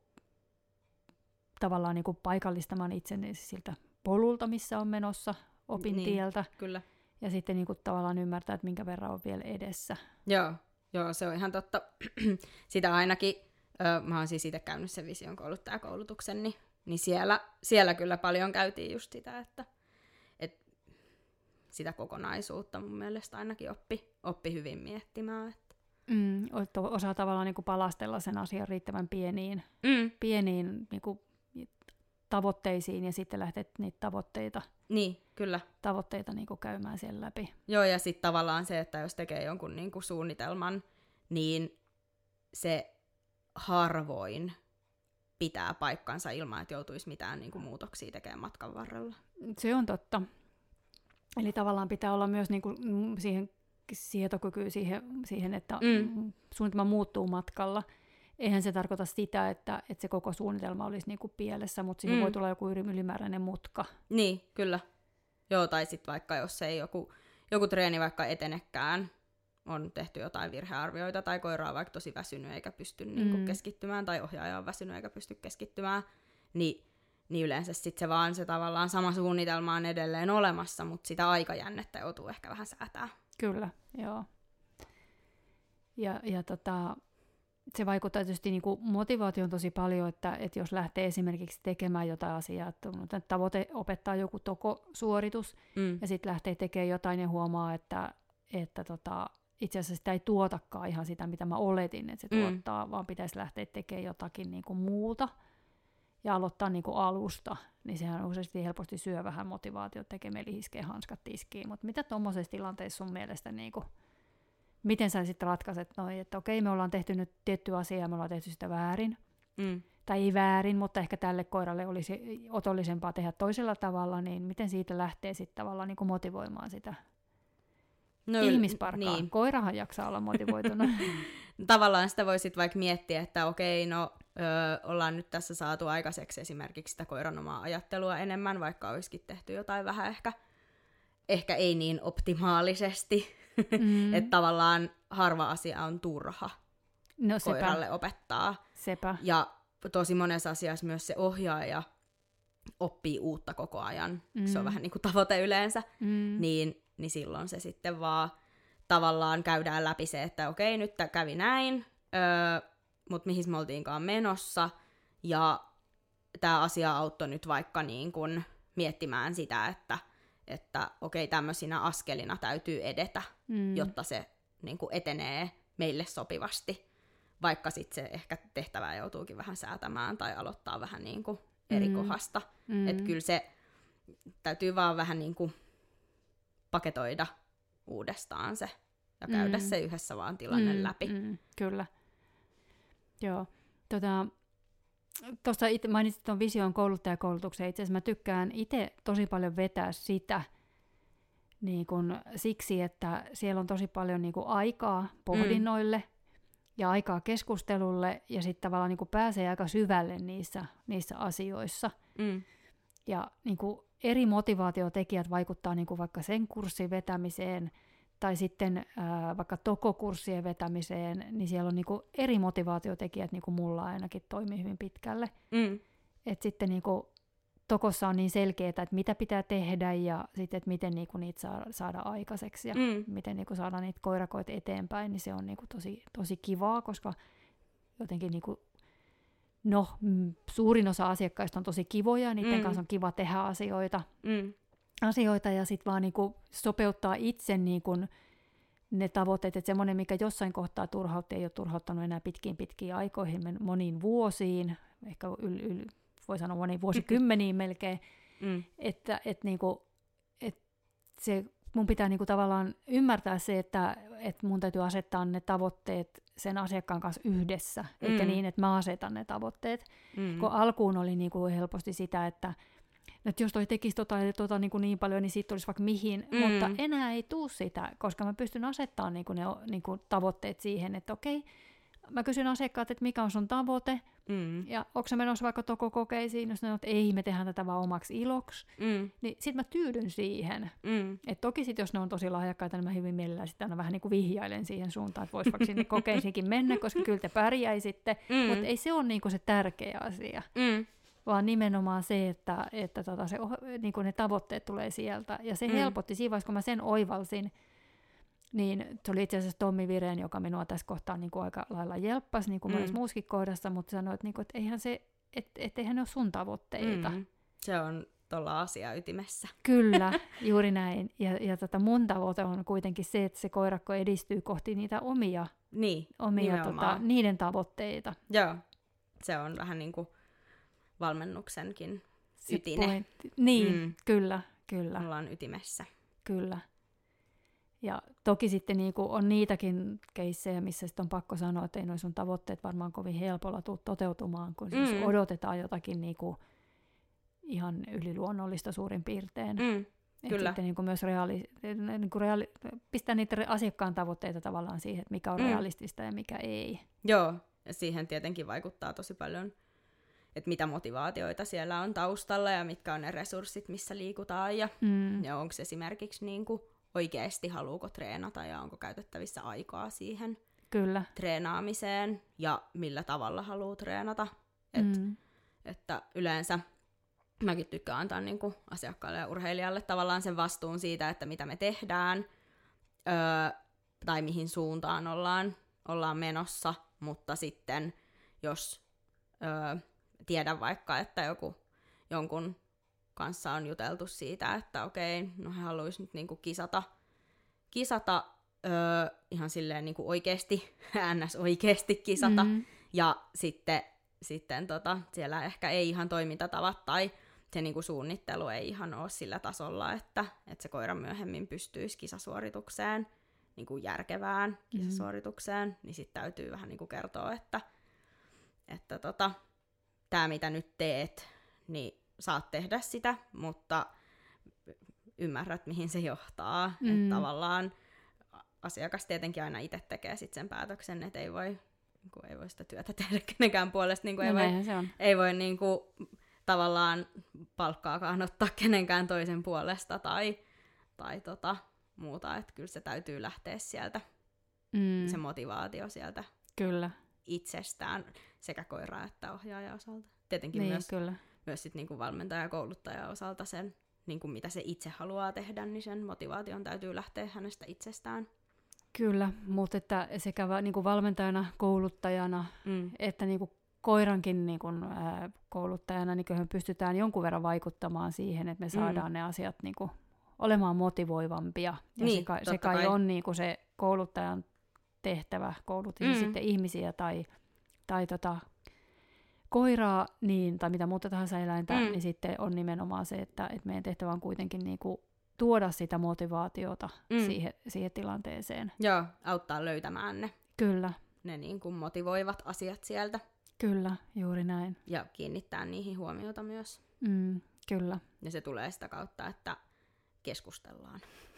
tavallaan niin kuin paikallistamaan itseni siltä polulta, missä on menossa opintieltä. Niin, kyllä. Ja sitten niin kuin tavallaan ymmärtää, että minkä verran on vielä edessä. Joo, joo se on ihan totta. Sitä ainakin, ö, mä oon siis itse käynyt sen vision kouluttajakoulutuksen, niin, niin siellä, siellä kyllä paljon käytiin just sitä, että, että sitä kokonaisuutta mun mielestä ainakin oppi, oppi hyvin miettimään. Että. Mm, osaa tavallaan niin kuin palastella sen asian riittävän pieniin, mm. pieniin niin kuin tavoitteisiin ja sitten lähteä niitä tavoitteita, niin, kyllä. tavoitteita niin kuin käymään siellä läpi. Joo, ja sitten tavallaan se, että jos tekee jonkun niin kuin suunnitelman, niin se harvoin pitää paikkansa ilman, että joutuisi mitään niin kuin muutoksia tekemään matkan varrella. Se on totta. Eli tavallaan pitää olla myös niin kuin siihen sietokykyä siihen, siihen että mm. suunnitelma muuttuu matkalla. Eihän se tarkoita sitä, että, että se koko suunnitelma olisi niin kuin pielessä, mutta siihen mm. voi tulla joku ylimääräinen mutka. Niin, kyllä. Joo, tai sitten vaikka jos ei joku, joku treeni vaikka etenekään, on tehty jotain virhearvioita, tai koira on vaikka tosi väsynyt eikä pysty mm. niin kuin keskittymään, tai ohjaaja on väsynyt eikä pysty keskittymään, niin, niin yleensä sitten se vaan se tavallaan sama suunnitelma on edelleen olemassa, mutta sitä aikajännettä joutuu ehkä vähän säätää. Kyllä, joo. Ja, ja tota... Se vaikuttaa tietysti niin kuin motivaatioon tosi paljon, että, että jos lähtee esimerkiksi tekemään jotain asiaa, että tavoite opettaa joku tokosuoritus, mm. ja sitten lähtee tekemään jotain ja huomaa, että, että tota, itse asiassa sitä ei tuotakaan ihan sitä, mitä mä oletin, että se mm. tuottaa, vaan pitäisi lähteä tekemään jotakin niin kuin muuta ja aloittaa niin kuin alusta, niin sehän useasti helposti syö vähän motivaatiota tekemään, eli iskee hanskat tiskiin. Mutta mitä tuommoisessa tilanteessa sun mielestä niin kuin miten sä sitten ratkaiset noin, että okei, me ollaan tehty nyt tietty asia ja me ollaan tehty sitä väärin. Mm. Tai ei väärin, mutta ehkä tälle koiralle olisi otollisempaa tehdä toisella tavalla, niin miten siitä lähtee sitten tavallaan niin kuin motivoimaan sitä no, ihmisparkaa? Niin. Koirahan jaksaa olla motivoitunut. Tavallaan sitä voi sitten vaikka miettiä, että okei, no ö, ollaan nyt tässä saatu aikaiseksi esimerkiksi sitä koiran omaa ajattelua enemmän, vaikka olisikin tehty jotain vähän ehkä, ehkä ei niin optimaalisesti. Mm. Että tavallaan harva asia on turha no, koiralle opettaa. Sepä. Ja tosi monessa asiassa myös se ohjaaja oppii uutta koko ajan. Mm. Se on vähän niin kuin tavoite yleensä. Mm. Niin, niin silloin se sitten vaan tavallaan käydään läpi se, että okei, nyt tämä kävi näin, öö, mutta mihin me oltiinkaan menossa. Ja tämä asia auttoi nyt vaikka niin kuin miettimään sitä, että että okei, tämmöisinä askelina täytyy edetä, mm. jotta se niin kuin etenee meille sopivasti, vaikka sitten se ehkä tehtävää joutuukin vähän säätämään tai aloittaa vähän niin kuin eri mm. kohdasta. Mm. Että kyllä se täytyy vaan vähän niin kuin paketoida uudestaan se ja käydä mm. se yhdessä vaan tilanne mm. läpi. Mm. Kyllä. Joo. Tota... Tuossa mainitsit tuon vision kouluttajakoulutuksen. Itse asiassa mä tykkään itse tosi paljon vetää sitä niin kun, siksi, että siellä on tosi paljon niin kun, aikaa pohdinnoille mm. ja aikaa keskustelulle ja sitten tavallaan niin kun, pääsee aika syvälle niissä, niissä asioissa. Mm. Ja niin kun, eri motivaatiotekijät vaikuttaa niin kun, vaikka sen kurssin vetämiseen tai sitten ää, vaikka tokokurssien vetämiseen, niin siellä on niinku eri motivaatiotekijät, niin kuin mulla ainakin toimii hyvin pitkälle. Mm. Että sitten niinku Tokossa on niin selkeää, että mitä pitää tehdä ja sitten, että miten niinku niitä saada, saada aikaiseksi ja mm. miten niinku saada niitä koirakoita eteenpäin, niin se on niinku tosi, tosi kivaa, koska jotenkin niinku, no, suurin osa asiakkaista on tosi kivoja, niiden mm. kanssa on kiva tehdä asioita, mm. asioita ja sitten vaan niinku sopeuttaa itse niinku ne tavoitteet, että semmoinen, mikä jossain kohtaa turhautti, ei ole turhauttanut enää pitkiin pitkiin aikoihin, moniin vuosiin, ehkä yl, yl, voi sanoa moniin vuosikymmeniin melkein, mm. että et niinku, et se, mun pitää niinku tavallaan ymmärtää se, että et mun täytyy asettaa ne tavoitteet sen asiakkaan kanssa yhdessä, mm. eikä niin, että mä asetan ne tavoitteet. Mm. Kun alkuun oli niinku helposti sitä, että että jos toi tekisi tota ja tota niin, niin paljon, niin siitä tulisi vaikka mihin, mm. mutta enää ei tule sitä, koska mä pystyn asettamaan niin ne niin tavoitteet siihen, että okei, mä kysyn asiakkaat, että mikä on sun tavoite, mm. ja onko se menossa vaikka tokokokeisiin, jos ne on, että ei, me tehdään tätä vaan omaksi iloksi, mm. niin sit mä tyydyn siihen. Mm. Että toki sit, jos ne on tosi lahjakkaita, niin mä hyvin mielellään sitten aina vähän niin kuin vihjailen siihen suuntaan, että vois vaikka sinne kokeisiinkin mennä, koska kyllä te pärjäisitte, mm. mutta ei se ole niin kuin se tärkeä asia. Mm. Vaan nimenomaan se, että, että tota se, niin kuin ne tavoitteet tulee sieltä. Ja se mm. helpotti siinä vaiheessa, kun mä sen oivalsin, niin se oli itse asiassa Tommi Vireen, joka minua tässä kohtaa niin kuin aika lailla jelppasi, niin kuin mm. monessa muussakin kohdassa, mutta sanoi, että, niin kuin, että eihän, se, että, että eihän ne ole sun tavoitteita. Mm. Se on tuolla asia ytimessä. Kyllä, juuri näin. Ja, ja tota mun tavoite on kuitenkin se, että se koirakko edistyy kohti niitä omia, niin, omia tota, niiden tavoitteita. Joo, se on vähän niin kuin valmennuksenkin ytine. Pointti. Niin, mm. kyllä, kyllä. Ollaan ytimessä. Kyllä. Ja toki sitten niinku on niitäkin keissejä, missä sitten on pakko sanoa, että ei noin sun tavoitteet varmaan kovin helpolla tule toteutumaan, kun mm. jos odotetaan jotakin niinku ihan yliluonnollista suurin piirtein. Mm. Kyllä. Sitten niinku myös reaali, niinku reaali, pistää niitä asiakkaan tavoitteita tavallaan siihen, että mikä on mm. realistista ja mikä ei. Joo, ja siihen tietenkin vaikuttaa tosi paljon, että mitä motivaatioita siellä on taustalla ja mitkä on ne resurssit, missä liikutaan ja, mm. ja onko se esimerkiksi niin kuin oikeasti haluuko treenata ja onko käytettävissä aikaa siihen Kyllä. treenaamiseen ja millä tavalla haluaa treenata. Et, mm. Että yleensä mäkin tykkään antaa niin kuin asiakkaalle ja urheilijalle tavallaan sen vastuun siitä, että mitä me tehdään öö, tai mihin suuntaan ollaan, ollaan menossa, mutta sitten jos öö, tiedän vaikka, että joku, jonkun kanssa on juteltu siitä, että okei, no he haluaisi nyt niinku kisata, kisata öö, ihan silleen niinku oikeasti, ns. Oikeasti kisata, mm-hmm. ja sitten, sitten tota, siellä ehkä ei ihan toimintatavat tai se niinku suunnittelu ei ihan ole sillä tasolla, että, että se koira myöhemmin pystyisi kisasuoritukseen, niinku järkevään kisasuoritukseen, mm-hmm. niin sitten täytyy vähän niinku kertoa, että, että tota, tämä mitä nyt teet, niin saat tehdä sitä, mutta ymmärrät, mihin se johtaa. Mm. Että tavallaan asiakas tietenkin aina itse tekee sit sen päätöksen, että ei voi, niin ei voi sitä työtä tehdä kenenkään puolesta. Niin no ei, voi, ei voi niin kuin, tavallaan palkkaakaan ottaa kenenkään toisen puolesta tai, tai tota, muuta. Että kyllä se täytyy lähteä sieltä, mm. se motivaatio sieltä kyllä. itsestään sekä koiraa että ohjaajan osalta. Tietenkin niin, myös, kyllä. myös sit niinku valmentaja ja kouluttaja osalta sen, niinku mitä se itse haluaa tehdä, niin sen motivaation täytyy lähteä hänestä itsestään. Kyllä, mutta että sekä niinku valmentajana, kouluttajana, mm. että niinku koirankin niinku, ää, kouluttajana niin pystytään jonkun verran vaikuttamaan siihen, että me saadaan mm. ne asiat niinku olemaan motivoivampia. Ja niin, se, kai, se kai on niinku se kouluttajan tehtävä, koulutin mm. sitten ihmisiä tai, tai tota, koiraa niin, tai mitä muuta tahansa eläintä, mm. niin sitten on nimenomaan se, että, että meidän tehtävä on kuitenkin niinku tuoda sitä motivaatiota mm. siihen, siihen tilanteeseen. Joo, auttaa löytämään ne. Kyllä. Ne niin kuin motivoivat asiat sieltä. Kyllä, juuri näin. Ja kiinnittää niihin huomiota myös. Mm, kyllä. Ja se tulee sitä kautta, että keskustellaan.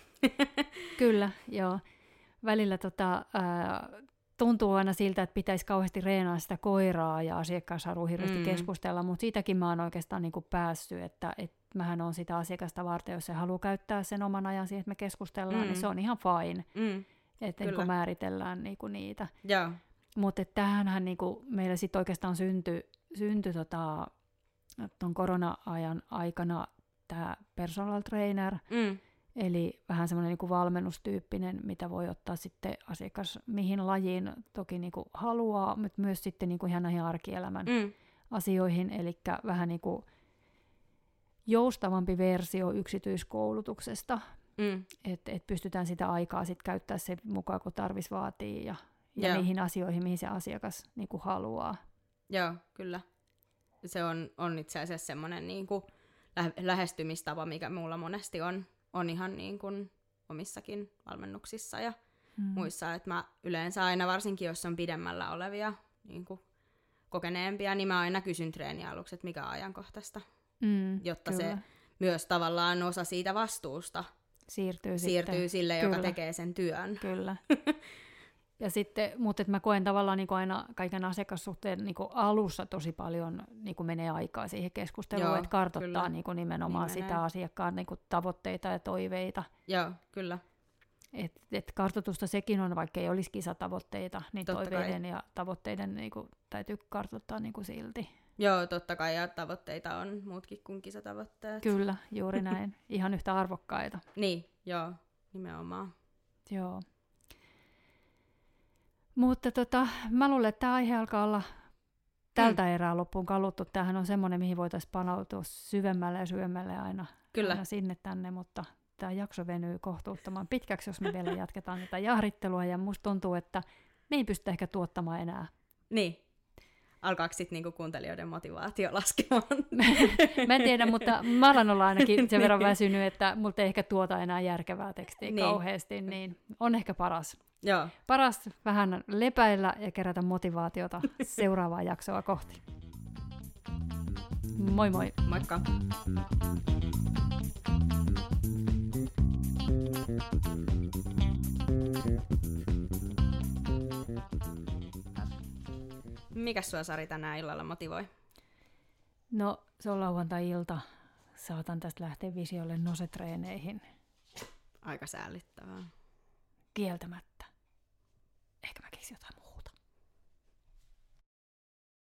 Kyllä, joo. Välillä tota, ää, tuntuu aina siltä, että pitäisi kauheasti reenaa sitä koiraa ja asiakkaassa haluaa hirveästi mm. keskustella, mutta siitäkin mä oon oikeastaan niin kuin päässyt, että et mähän on sitä asiakasta varten, jos se haluaa käyttää sen oman ajan siihen, että me keskustellaan, mm. niin se on ihan fine, mm. että niin määritellään niin kuin niitä. Joo. Mutta tähänhän niin kuin meillä sitten oikeastaan syntyi synty tota, tuon korona-ajan aikana tämä personal trainer, Mm. eli vähän semmoinen niin kuin valmennustyyppinen, mitä voi ottaa sitten asiakas mihin lajiin toki niin kuin haluaa, mutta myös sitten niin kuin ihan näihin arkielämän Mm. asioihin, eli vähän niin kuin joustavampi versio yksityiskoulutuksesta, Mm. että et pystytään sitä aikaa sitten käyttää se mukaan, kun tarvis vaatii ja, ja Joo. niihin asioihin, mihin se asiakas niin kuin haluaa. Joo, kyllä. Se on, on itse asiassa semmoinen niin kuin lä- lähestymistapa, mikä mulla monesti on, on ihan niin kuin omissakin valmennuksissa ja mm. muissa. Että mä yleensä aina, varsinkin jos on pidemmällä olevia niin kuin kokeneempia, niin mä aina kysyn treeni aluksi, että mikä on ajankohtaista, Mm, jotta kyllä. se myös tavallaan osa siitä vastuusta siirtyy, siirtyy sitten. sille, Kyllä. joka tekee sen työn. Kyllä. Ja sitten, mutta et mä koen tavallaan niin kuin aina kaiken asiakassuhteen niin kuin alussa tosi paljon niin kuin menee aikaa siihen keskusteluun, Joo, että kartoittaa niin kuin nimenomaan Niin sitä menee. asiakkaan niin kuin tavoitteita ja toiveita. Joo, kyllä. Et, et kartoitusta sekin on, vaikka ei olisi kisatavoitteita, niin Totta toiveiden kai. ja tavoitteiden niin kuin, täytyy kartoittaa niin kuin silti. Joo, totta kai, ja tavoitteita on muutkin kuin kisatavoitteet. Kyllä, juuri näin. Ihan yhtä arvokkaita. Niin, joo, nimenomaan. Joo. Mutta tota, mä luulen, että tämä aihe alkaa olla tältä erää loppuun kaluttu. Tämähän on semmoinen, mihin voitaisiin panautua syvemmälle ja syvemmälle aina, Kyllä. aina sinne tänne, mutta tämä jakso venyy kohtuuttoman pitkäksi, jos me vielä jatketaan tätä jahrittelua, ja musta tuntuu, että me ei pystytä ehkä tuottamaan enää. Niin. Alkaako sitten niinku kuuntelijoiden motivaatio laskemaan? Mä en tiedä, mutta mä alan olla ainakin sen verran väsynyt, että multa ei ehkä tuota enää järkevää tekstiä Niin. kauheasti, niin on ehkä paras. Joo. Paras vähän lepäillä ja kerätä motivaatiota seuraavaa jaksoa kohti. Moi moi! Moikka! Mikäs sua, Sari, tänään illalla motivoi? No, se on lauantai-ilta. Saatan tästä lähteä visiolle nosetreeneihin Aika säällittävää. kieltämättä. Ehkä mä keksin jotain muuta.